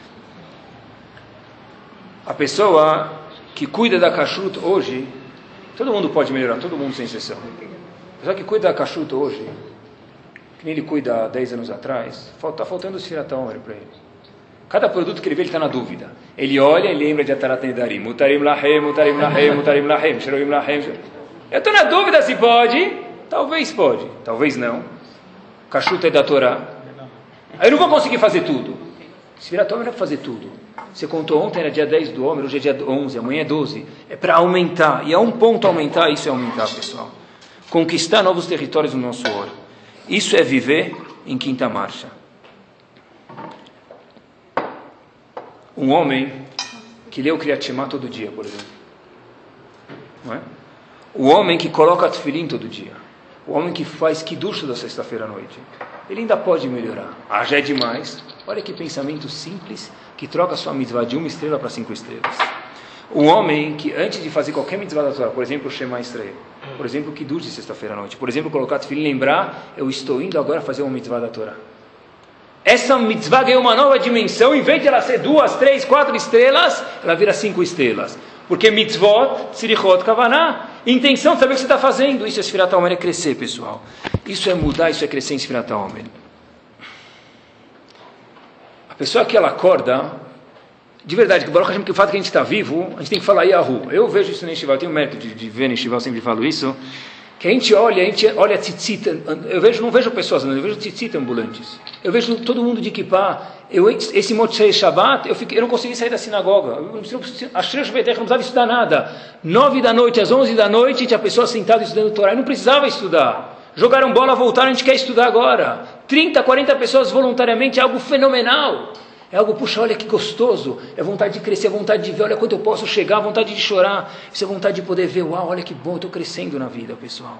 A pessoa que cuida da kashrut hoje, todo mundo pode melhorar, todo mundo sem exceção. A pessoa que cuida da kashrut hoje, que nem ele cuida há 10 anos atrás, está faltando o Sfirat HaOmer para ele. Cada produto que ele vê, ele está na dúvida. Ele olha e lembra de Atarat Nedarim. Mutarim lahem, mutarim lahem, mutarim lahem, sheroim lahem. Eu estou na dúvida se pode. Talvez pode, talvez não. Kashrut é da Torá. Aí eu não vou conseguir fazer tudo. Sfirat HaOmer não é para fazer tudo. Você contou ontem, era dia 10 do Homer, hoje é dia 11, amanhã é 12. É para aumentar. E a um ponto aumentar, isso é aumentar, pessoal. Conquistar novos territórios no nosso ouro. Isso é viver em quinta marcha. Um homem que lê o Kriyat Shema todo dia, por exemplo. Não é? O homem que coloca tefilim todo dia. O homem que faz kiddush da sexta-feira à noite. Ele ainda pode melhorar. Já é demais. Olha que pensamento simples que troca a sua mitzvah de 1 estrela para 5 estrelas. O homem que antes de fazer qualquer mitzvah da Torá, por exemplo, o Shema Israel, por exemplo, o kiddush de sexta-feira à noite, por exemplo, colocar tefilim, lembrar, eu estou indo agora fazer uma mitzvah da Torá. Essa mitzvah ganhou uma nova dimensão, em vez de ela ser 2, 3, 4 estrelas, ela vira 5 estrelas. Porque mitzvot, tzirichot, kavanah, intenção de saber o que você está fazendo. Isso é Sfirat HaOmer, é crescer, pessoal. Isso é mudar, isso é crescer em Sfirat HaOmer. A pessoa que ela acorda, de verdade, que Baruch Hashem, que o fato que a gente está vivo, a gente tem que falar Yahu. Eu vejo isso no Yeshiva, eu tenho mérito de ver no Yeshiva, eu sempre falo isso, que a gente olha tzitzit, não vejo pessoas andando, eu vejo tzitzit ambulantes. Eu vejo todo mundo de kippah. Esse Motzei Shabbat, eu não consegui sair da sinagoga. Eu não precisava estudar nada. 9 da noite, às 11 da noite, tinha pessoas sentadas estudando Torá. Eu não precisava estudar. Jogaram bola, voltaram, a gente quer estudar agora. 30, 40 pessoas voluntariamente, é algo fenomenal. É algo, puxa, olha que gostoso. É vontade de crescer, é vontade de ver, olha quanto eu posso chegar, vontade de chorar. Isso é vontade de poder ver, uau, olha que bom, eu estou crescendo na vida, pessoal.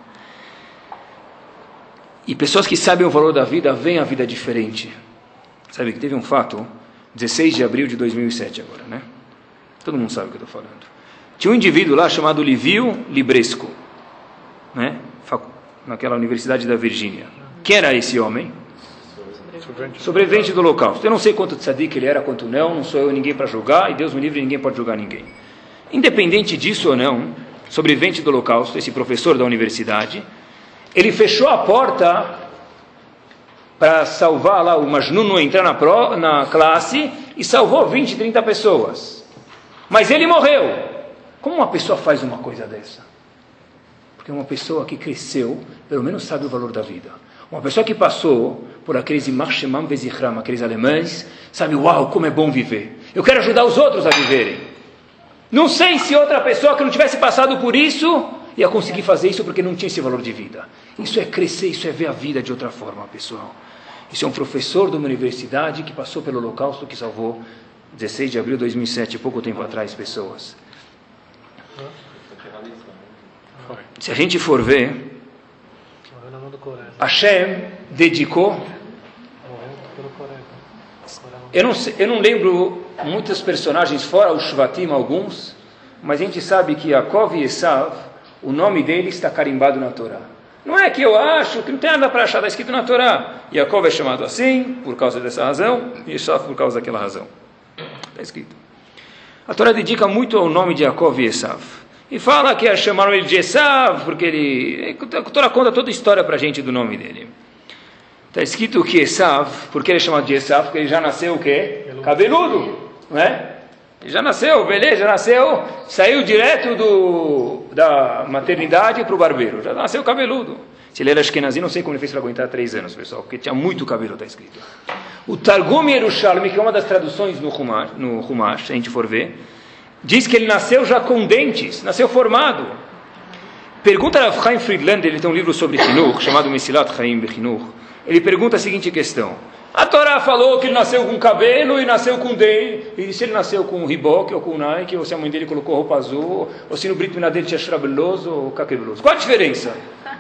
E pessoas que sabem o valor da vida, veem a vida diferente. Sabe que teve um fato, 16 de abril de 2007 agora, né? Todo mundo sabe o que eu estou falando. Tinha um indivíduo lá chamado Livio Libresco, né? Naquela Universidade da Virgínia. Quem era esse homem? Sobrevivente do Holocausto. Eu não sei quanto tzadik ele era, quanto não sou eu ninguém para julgar, e Deus me livre, ninguém pode julgar ninguém. Independente disso ou não, sobrevivente do Holocausto, esse professor da universidade, ele fechou a porta para salvar lá, o Majnun não entrar na classe, e salvou 20, 30 pessoas. Mas ele morreu. Como uma pessoa faz uma coisa dessa? Porque uma pessoa que cresceu, pelo menos sabe o valor da vida. Uma pessoa que passou por aqueles Imachemam Vezichram, aqueles alemães, sabe, uau, como é bom viver. Eu quero ajudar os outros a viverem. Não sei se outra pessoa que não tivesse passado por isso ia conseguir fazer isso porque não tinha esse valor de vida. Isso é crescer, isso é ver a vida de outra forma, pessoal. Isso é um professor de uma universidade que passou pelo Holocausto, que salvou 16 de abril de 2007, pouco tempo atrás, pessoas. Se a gente for ver, Hashem dedicou. Eu não lembro muitos personagens, fora os Shvatim, alguns, mas a gente sabe que Yaakov e Esav, o nome deles está carimbado na Torá. Não é que eu acho que não tem nada para achar, está escrito na Torá. Yaakov é chamado assim, por causa dessa razão, e Esav por causa daquela razão. Está escrito. A Torá dedica muito ao nome de Yaakov e Esav. E fala que chamaram ele de Esav, porque a Torá conta toda a história para a gente do nome dele. Está escrito que Esav, porque ele é chamado de Esav, porque ele já nasceu o quê? Cabeludo, não é? Ele já nasceu, beleza, já nasceu, saiu direto da maternidade para o barbeiro, já nasceu cabeludo. Se ele era Ashkenazi, não sei como ele fez para aguentar 3 anos, pessoal, porque tinha muito cabelo, está escrito. O Targum Yerushalmi, que é uma das traduções no Humash, se a gente for ver, diz que ele nasceu já com dentes, nasceu formado. Pergunta a Chaim Friedlander, ele tem um livro sobre Chinuch, chamado Mesilat Chaim Bechinuch. Ele pergunta a seguinte questão: a Torá falou que ele nasceu com cabelo e nasceu com dente, e se ele nasceu com Reebok ou com Nike, ou se a mãe dele colocou roupa azul, ou se no Brit Milá dele tinha shrabeloso ou caquebeloso. Qual a diferença?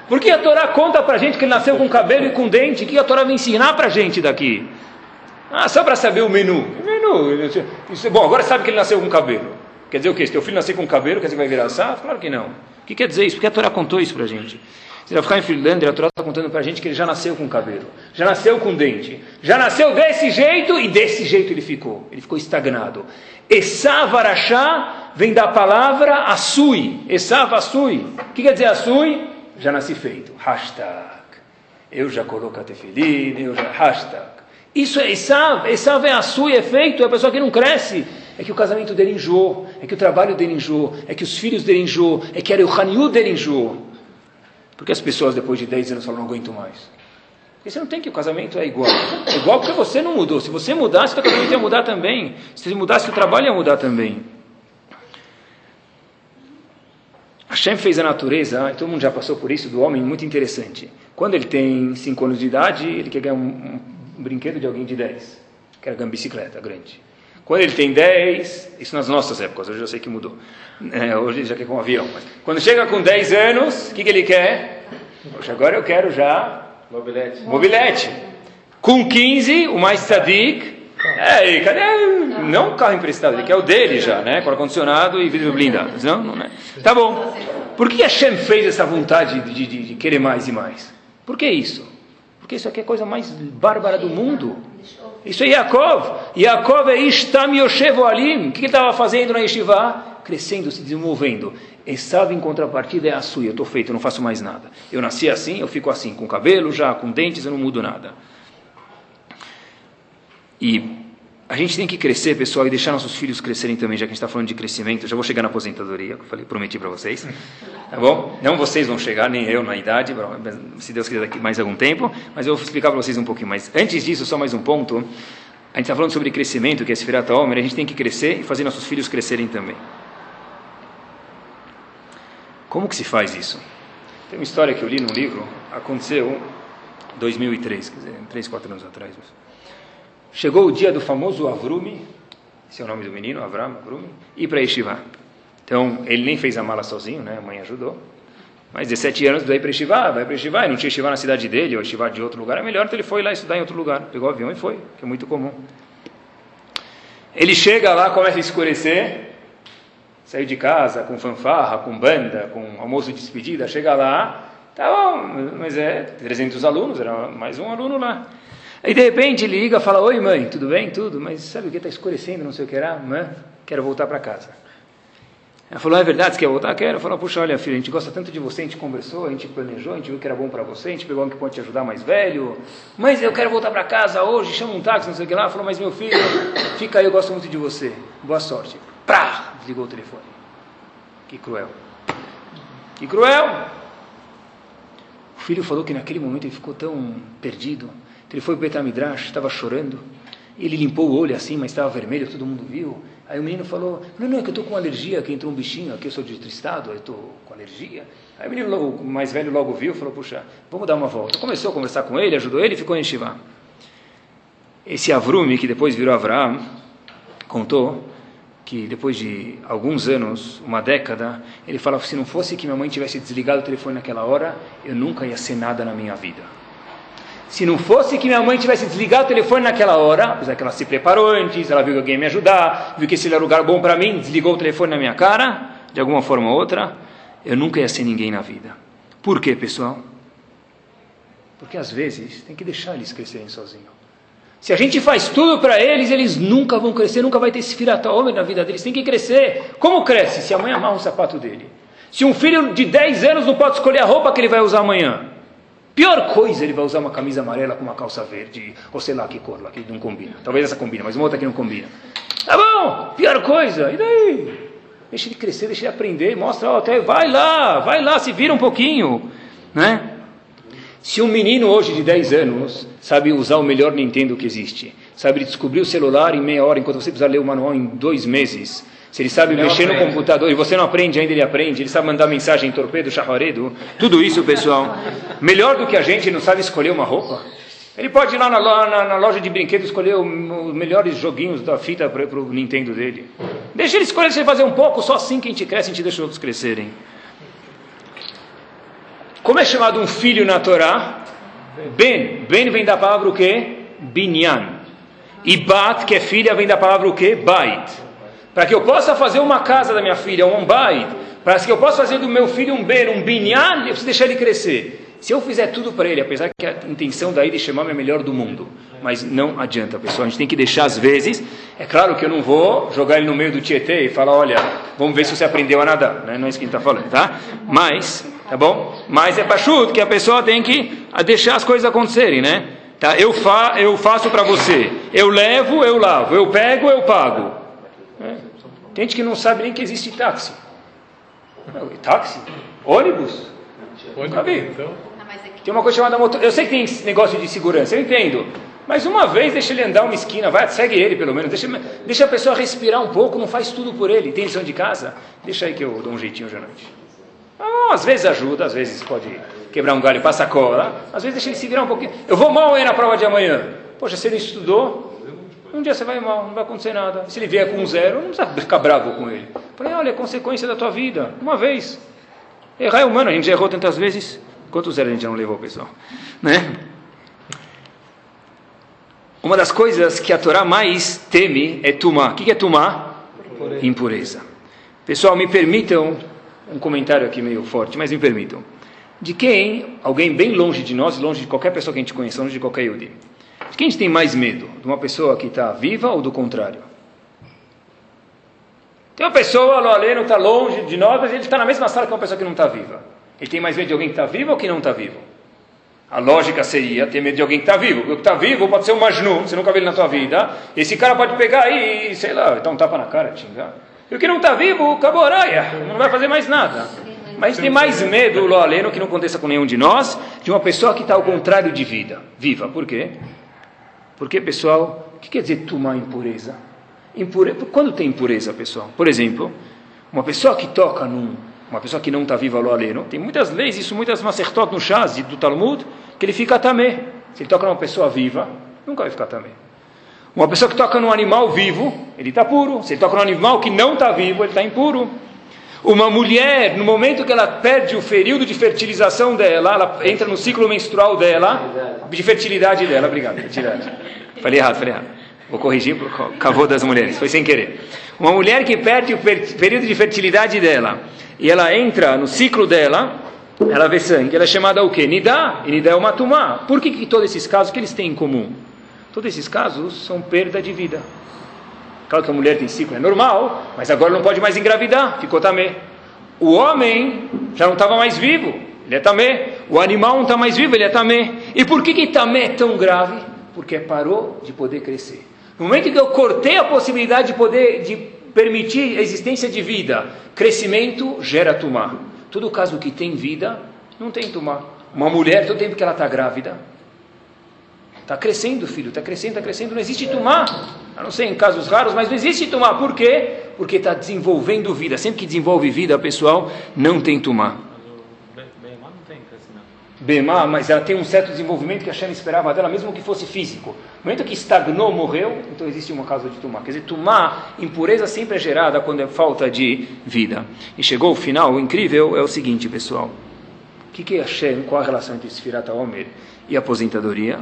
Por que a Torá conta para a gente que ele nasceu com cabelo e com dente? O que a Torá vai ensinar para a gente daqui? Só para saber o menu. Bom, agora sabe que ele nasceu com cabelo. Quer dizer o quê? Se teu filho nascer com cabelo, quer dizer que vai virar assado? Claro que não. O que quer dizer isso? Porque a Torá contou isso para a gente. Se vai ficar em Finlândia, a Torá está contando para a gente que ele já nasceu com cabelo, já nasceu com dente, já nasceu desse jeito e desse jeito ele ficou estagnado. Esav Arashá vem da palavra Asui, Esav Asui. O que quer dizer Asui? Já nasci feito. Hashtag. Eu já coloco a tefilin, eu já... Hashtag. Isso é Esav. Esav é Asui, é feito, é a pessoa que não cresce. É que o casamento dele enjoou, é que o trabalho dele enjoou, é que os filhos dele enjoou, é que a Reuhaniut dele enjoou. Porque as pessoas depois de 10 anos falam, não aguento mais. Porque você não tem que o casamento é igual. É igual porque você não mudou. Se você mudasse, o casamento ia mudar também. Se você mudasse, o trabalho ia mudar também. Hashem fez a natureza, todo mundo já passou por isso, do homem, muito interessante. Quando ele tem 5 anos de idade, ele quer ganhar um brinquedo de alguém de 10. Quer ganhar uma bicicleta grande. Quando ele tem 10, isso nas nossas épocas, hoje eu sei que mudou. Hoje ele já quer com um avião. Mas quando chega com 10 anos, o que ele quer? Poxa, agora eu quero já... Mobilete. Com 15, o mais tzadik... cadê? Não o carro emprestado, ele quer o dele já, né? Com ar-condicionado e vidro blindado. Não é. Tá bom. Por que Hashem fez essa vontade de querer mais e mais? Por que isso? Porque isso aqui é a coisa mais bárbara do mundo. Isso é Yaakov. Yaakov é Ishtam Yoshev Oalim. O que ele estava fazendo na Yeshiva? Crescendo, se desenvolvendo. Esav, em contrapartida, é a sua. Eu estou feito, eu não faço mais nada. Eu nasci assim, eu fico assim. Com cabelo já, com dentes, eu não mudo nada. E a gente tem que crescer, pessoal, e deixar nossos filhos crescerem também, já que a gente está falando de crescimento. Eu já vou chegar na aposentadoria, que eu prometi para vocês. Tá bom? Não vocês vão chegar, nem eu na idade, se Deus quiser daqui mais algum tempo, mas eu vou explicar para vocês um pouquinho mais. Antes disso, só mais um ponto. A gente está falando sobre crescimento, que é Sfirat HaOmer, a gente tem que crescer e fazer nossos filhos crescerem também. Como que se faz isso? Tem uma história que eu li num livro, aconteceu em 2003, quer dizer, 3, 4 anos atrás. Chegou o dia do famoso Avrumi, esse é o nome do menino, Avrumi, ir para Yeshiva. Então, ele nem fez a mala sozinho, né? A mãe ajudou. Mas 17 anos vai para Yeshiva, e não tinha Yeshiva na cidade dele, ou Yeshiva de outro lugar, é melhor, então ele foi lá estudar em outro lugar. Pegou o avião e foi, que é muito comum. Ele chega lá, começa a escurecer, saiu de casa com fanfarra, com banda, com almoço de despedida, chega lá, tá bom, mas 300 alunos, era mais um aluno lá. Aí de repente ele liga e fala, oi mãe, tudo bem? Tudo, mas sabe o que está escurecendo, não sei o que era? Mãe, quero voltar para casa. Ela falou, é verdade, você quer voltar? Quero. Falou, puxa, olha filho, a gente gosta tanto de você, a gente conversou, a gente planejou, a gente viu que era bom para você, a gente pegou alguém que pode te ajudar mais velho, mas eu quero voltar para casa hoje, chama um táxi, não sei o que lá. Falou, mas meu filho, fica aí, eu gosto muito de você, boa sorte. Prá! Desligou o telefone. Que cruel. Que cruel! O filho falou que naquele momento ele ficou tão perdido. Ele foi para o Beit HaMidrash, estava chorando, ele limpou o olho assim, mas estava vermelho, todo mundo viu. Aí o menino falou, não, é que eu estou com alergia, que entrou um bichinho aqui, eu sou de outro estado, eu estou com alergia. Aí o menino, o mais velho, logo viu, falou, puxa, vamos dar uma volta. Começou a conversar com ele, ajudou ele e ficou em Yeshiva. Esse Avrumi, que depois virou Avraham, contou que depois de alguns anos, uma década, ele falava, se não fosse que minha mãe tivesse desligado o telefone naquela hora, eu nunca ia ser nada na minha vida. Se não fosse que minha mãe tivesse desligado o telefone naquela hora, apesar que ela se preparou antes, ela viu que alguém ia me ajudar, viu que esse era um lugar bom para mim, desligou o telefone na minha cara, de alguma forma ou outra, eu nunca ia ser ninguém na vida. Por quê, pessoal? Porque às vezes tem que deixar eles crescerem sozinhos. Se a gente faz tudo para eles, eles nunca vão crescer, nunca vai ter Sfirat HaOmer na vida deles, tem que crescer. Como cresce? Se a mãe amarra o sapato dele. Se um filho de 10 anos não pode escolher a roupa que ele vai usar amanhã. Pior coisa, ele vai usar uma camisa amarela com uma calça verde, ou sei lá que cor lá, que não combina. Talvez essa combina, mas uma outra que não combina. Tá bom, pior coisa, e daí? Deixa ele crescer, deixa ele aprender, mostra, vai lá, se vira um pouquinho, né? Se um menino hoje de 10 anos sabe usar o melhor Nintendo que existe, sabe descobrir o celular em meia hora, enquanto você precisa ler o manual em 2 meses, se ele sabe mexer no computador, e você não aprende ainda, ele aprende, ele sabe mandar mensagem em torpedo, chaharedo, tudo isso, pessoal, melhor do que a gente não sabe escolher uma roupa. Ele pode ir lá na loja de brinquedos escolher os melhores joguinhos da fita para o Nintendo dele. Deixa ele escolher, deixa ele fazer um pouco, só assim que a gente cresce, a gente deixa os outros crescerem. Como é chamado um filho na Torá? Ben. Ben vem da palavra o quê? Binyan. E Bat, que é filha, vem da palavra o quê? Bait. Para que eu possa fazer uma casa da minha filha, um Bait, para que eu possa fazer do meu filho um Ben, um Binyan, eu preciso deixar ele crescer. Se eu fizer tudo para ele, apesar que a intenção daí de chamar é a melhor do mundo, mas não adianta, pessoal, a gente tem que deixar às vezes. É claro que eu não vou jogar ele no meio do Tietê e falar, olha, vamos ver se você aprendeu a nadar, né? Não é isso que a gente está falando, tá? Mas, tá bom? Mas é pachuto que a pessoa tem que deixar as coisas acontecerem, né? Tá? Eu faço para você, eu levo, eu lavo, eu pego, eu pago. Tem gente que não sabe nem que existe táxi. Táxi? Ônibus? Nunca vi. Tem uma coisa chamada motor. Eu sei que tem esse negócio de segurança, eu entendo. Mas uma vez deixa ele andar uma esquina, vai, segue ele pelo menos. Deixa a pessoa respirar um pouco, não faz tudo por ele. Tem lição de casa? Deixa aí que eu dou um jeitinho hoje à noite. Às vezes ajuda, às vezes pode quebrar um galho e passar cola. Às vezes deixa ele se virar um pouquinho. Eu vou mal aí na prova de amanhã. Poxa, se ele estudou, um dia você vai mal, não vai acontecer nada. Se ele vier com 0, não precisa ficar bravo com ele. Falei, olha, é consequência da tua vida. Uma vez. Errar é humano, a gente já errou tantas vezes. Quantos 0 a gente já não levou, pessoal? Né? Uma das coisas que a Torá mais teme é tumá. O que é tumá? Impureza. Pessoal, me permitam um comentário aqui meio forte, mas me permitam. De quem, alguém bem longe de nós, longe de qualquer pessoa que a gente conhece, longe de qualquer Yudi, de quem a gente tem mais medo? De uma pessoa que está viva ou do contrário? Tem uma pessoa, o aleno está longe de nós, mas ele está na mesma sala que uma pessoa que não está viva. Ele tem mais medo de alguém que está vivo ou que não está vivo? A lógica seria ter medo de alguém que está vivo. Porque o que está vivo pode ser um Majnun, você nunca viu ele na tua vida. Esse cara pode pegar aí e, sei lá, dar um tapa na cara, te xingar. E o que não está vivo, acabou a raia, não vai fazer mais nada. Mas tem mais medo, o aleno, que não aconteça com nenhum de nós, de uma pessoa que está ao contrário de vida, viva. Por quê? Porque, pessoal, o que quer dizer tomar impureza? Quando tem impureza, pessoal? Por exemplo, uma pessoa que toca uma pessoa que não está viva, lo aleno, tem muitas leis, isso muitas macertot no Shaz do Talmud, que ele fica tamé. Se ele toca numa pessoa viva, nunca vai ficar tamé. Uma pessoa que toca num animal vivo, ele está puro. Se ele toca num animal que não está vivo, ele está impuro. Uma mulher, no momento que ela perde o período de fertilização dela, ela entra no ciclo menstrual dela, de fertilidade dela, obrigado, fertilidade. Falei errado. Vou corrigir por cavô das mulheres, foi sem querer. Uma mulher que perde o período de fertilidade dela, e ela entra no ciclo dela, ela vê sangue, ela é chamada o quê? Nidá, e Nidá é uma tumá. Por que todos esses casos, o que eles têm em comum? Todos esses casos são perda de vida. Claro que a mulher tem ciclo, é normal, mas agora não pode mais engravidar, ficou tamé. O homem já não estava mais vivo, ele é tamé. O animal não está mais vivo, ele é tamé. E por que tamé é tão grave? Porque parou de poder crescer. No momento que eu cortei a possibilidade de permitir a existência de vida, crescimento gera tumá. Todo caso que tem vida, não tem tumá. Uma mulher, todo tempo que ela está grávida, está crescendo, filho, está crescendo, não existe tumá. A não ser em casos raros, mas não existe tumá. Por quê? Porque está desenvolvendo vida. Sempre que desenvolve vida, pessoal, não tem tumá. Bemá não tem crescimento. Bemá, mas ela tem um certo desenvolvimento que a Hashem esperava dela, mesmo que fosse físico. No momento que estagnou, morreu, então existe uma causa de tumá. Quer dizer, tumá, impureza sempre é gerada quando é falta de vida. E chegou o final, o incrível é o seguinte, pessoal. O que é Hashem? Qual a relação entre Sfirat HaOmer e aposentadoria?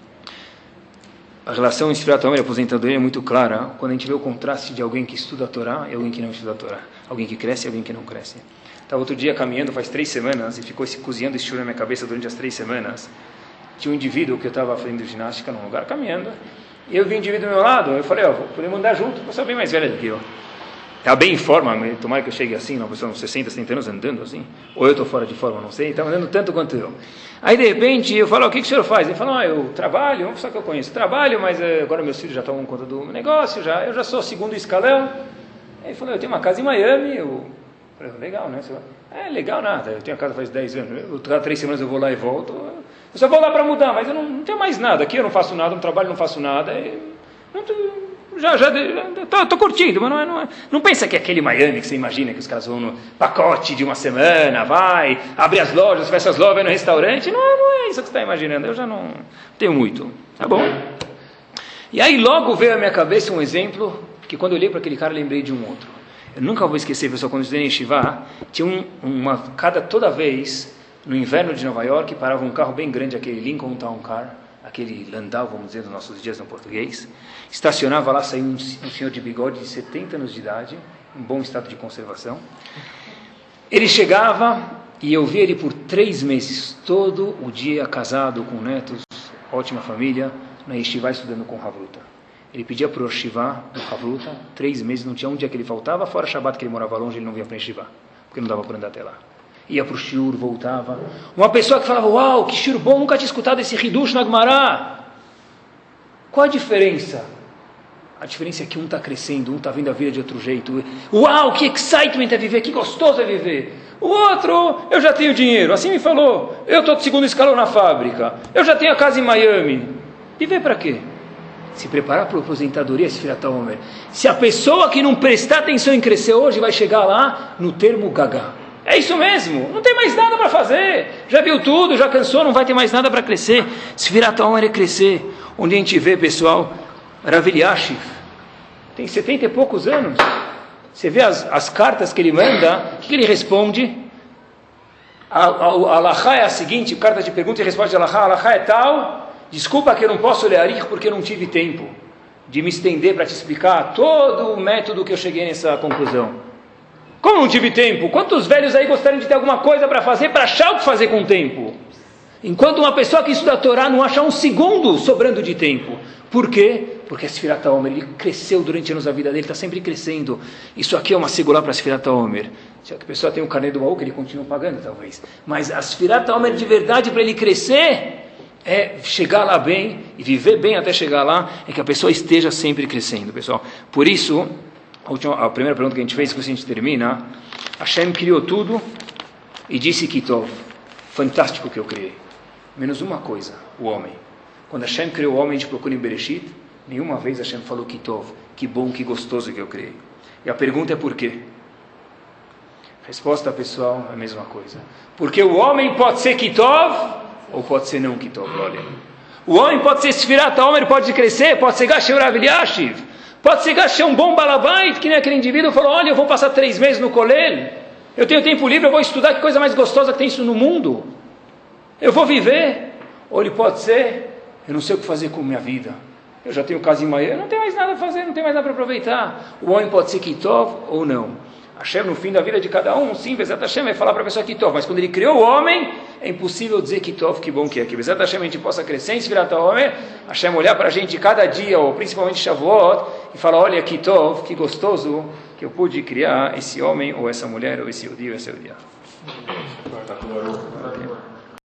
A relação entre Sfirat HaOmer e aposentadoria é muito clara quando a gente vê o contraste de alguém que estuda a Torá e alguém que não estuda a Torá. Alguém que cresce e alguém que não cresce. Estava outro dia caminhando faz 3 semanas e ficou cozinhando esse churro na minha cabeça durante as 3 semanas. Tinha um indivíduo que eu estava fazendo ginástica num lugar caminhando e eu vi um indivíduo do meu lado. Eu falei, podemos andar junto, você é bem mais velha do que eu. Está bem em forma, tomara que eu chegue assim, uma pessoa uns 60, 70 anos andando assim. Ou eu estou fora de forma, não sei. Está andando tanto quanto eu. Aí de repente eu falo, o que o senhor faz? Ele fala, eu trabalho, uma pessoa que eu conheço. Trabalho, mas agora meus filhos já tomam conta do negócio, eu já sou segundo escalão. Aí ele falou, eu tenho uma casa em Miami. Eu falei, legal, né? Legal nada, eu tenho a casa faz 10 anos. Cada 3 semanas eu vou lá e volto. Eu só vou lá para mudar, mas eu não tenho mais nada. Aqui eu não faço nada, no trabalho não faço nada. Estou curtindo, mas não pensa que é aquele Miami que você imagina que os caras vão no pacote de uma semana, vai, abre as lojas, fecha as lojas, vai no restaurante. Não é isso que você está imaginando, eu já não tenho muito, tá bom? E aí logo veio à minha cabeça um exemplo, que quando eu olhei para aquele cara, eu lembrei de um outro. Eu nunca vou esquecer, pessoal, quando eu estudei em Yeshiva, tinha toda vez, no inverno de Nova York, parava um carro bem grande, aquele Lincoln Town Car, aquele Landau, vamos dizer, dos nossos dias no português. Estacionava lá, saiu um senhor de bigode de 70 anos de idade, em bom estado de conservação. Ele chegava e eu via ele por 3 meses, todo o dia casado, com netos, ótima família, na Yeshiva estudando com Havruta. Ele pedia para o Yeshiva, no Havruta, 3 meses, não tinha um dia que ele faltava, fora Shabbat que ele morava longe, ele não vinha para a Yeshiva, porque não dava para andar até lá. Ia para o shiur, voltava. Uma pessoa que falava, uau, que shiur bom, nunca tinha escutado esse Hidush na Gemara. Qual a diferença? A diferença é que um está crescendo, um está vendo a vida de outro jeito. Uau, que excitement é viver, que gostoso é viver. O outro, eu já tenho dinheiro, assim me falou. Eu estou de 2º escalão na fábrica. Eu já tenho a casa em Miami. Viver para quê? Se preparar para a aposentadoria, Sfirat HaOmer. Se a pessoa que não prestar atenção em crescer hoje vai chegar lá no termo Gagá. É isso mesmo, não tem mais nada para fazer. Já viu tudo, já cansou, não vai ter mais nada para crescer. Sfirat HaOmer é crescer. Onde a gente vê, pessoal, Rav Eliashiv tem 70 e poucos anos. Você vê as cartas que ele manda, o que ele responde? A Alahá é a seguinte, carta de pergunta e resposta de Alahá. A Alahá é tal, desculpa que eu não posso ler Arich porque eu não tive tempo de me estender para te explicar todo o método que eu cheguei nessa conclusão. Como não tive tempo? Quantos velhos aí gostariam de ter alguma coisa para fazer, para achar o que fazer com o tempo? Enquanto uma pessoa que estuda a Torá não acha um segundo sobrando de tempo. Por quê? Porque a Sfirat HaOmer, ele cresceu durante anos da vida dele, está sempre crescendo. Isso aqui é uma segulá para a Sfirat HaOmer. Se a pessoa tem o carnê do baú, que ele continua pagando, talvez. Mas a Sfirat HaOmer de verdade, para ele crescer, é chegar lá bem, e viver bem até chegar lá, é que a pessoa esteja sempre crescendo, pessoal. Por isso, a primeira pergunta que a gente fez, que a gente termina, Hashem criou tudo e disse Kitov, fantástico que eu criei. Menos uma coisa, o homem. Quando Hashem criou o homem, a gente procura em Bereshit, nenhuma vez Hashem falou Kitov, que bom, que gostoso que eu criei. E a pergunta é por quê? Resposta, pessoal, é a mesma coisa. Porque o homem pode ser Kitov, ou pode ser não Kitov, olha. O homem pode ser Sfirat HaOmer, pode crescer, pode ser Gashem Rav Eliashiv, pode ser Gashem um bom balabait, que nem aquele indivíduo falou, olha, eu vou passar 3 meses no Kolel, eu tenho tempo livre, eu vou estudar, que coisa mais gostosa que tem isso no mundo. Eu vou viver. Ou ele pode ser, eu não sei o que fazer com minha vida. Eu já tenho casa em Miami, eu não tenho mais nada a fazer, não tenho mais nada para aproveitar. O homem pode ser Kitov ou não. Hashem, no fim da vida de cada um, sim, Bezat Hashem vai falar para a pessoa Kitov. Mas quando ele criou o homem, é impossível dizer Kitov, que bom que é. Que Bezat Hashem a gente possa crescer em Sfirat HaOmer, Hashem olhar para a gente cada dia, ou principalmente Shavuot, e falar, olha Kitov, que gostoso que eu pude criar esse homem, ou essa mulher, ou esse Yehudi, ou essa Yehudiá.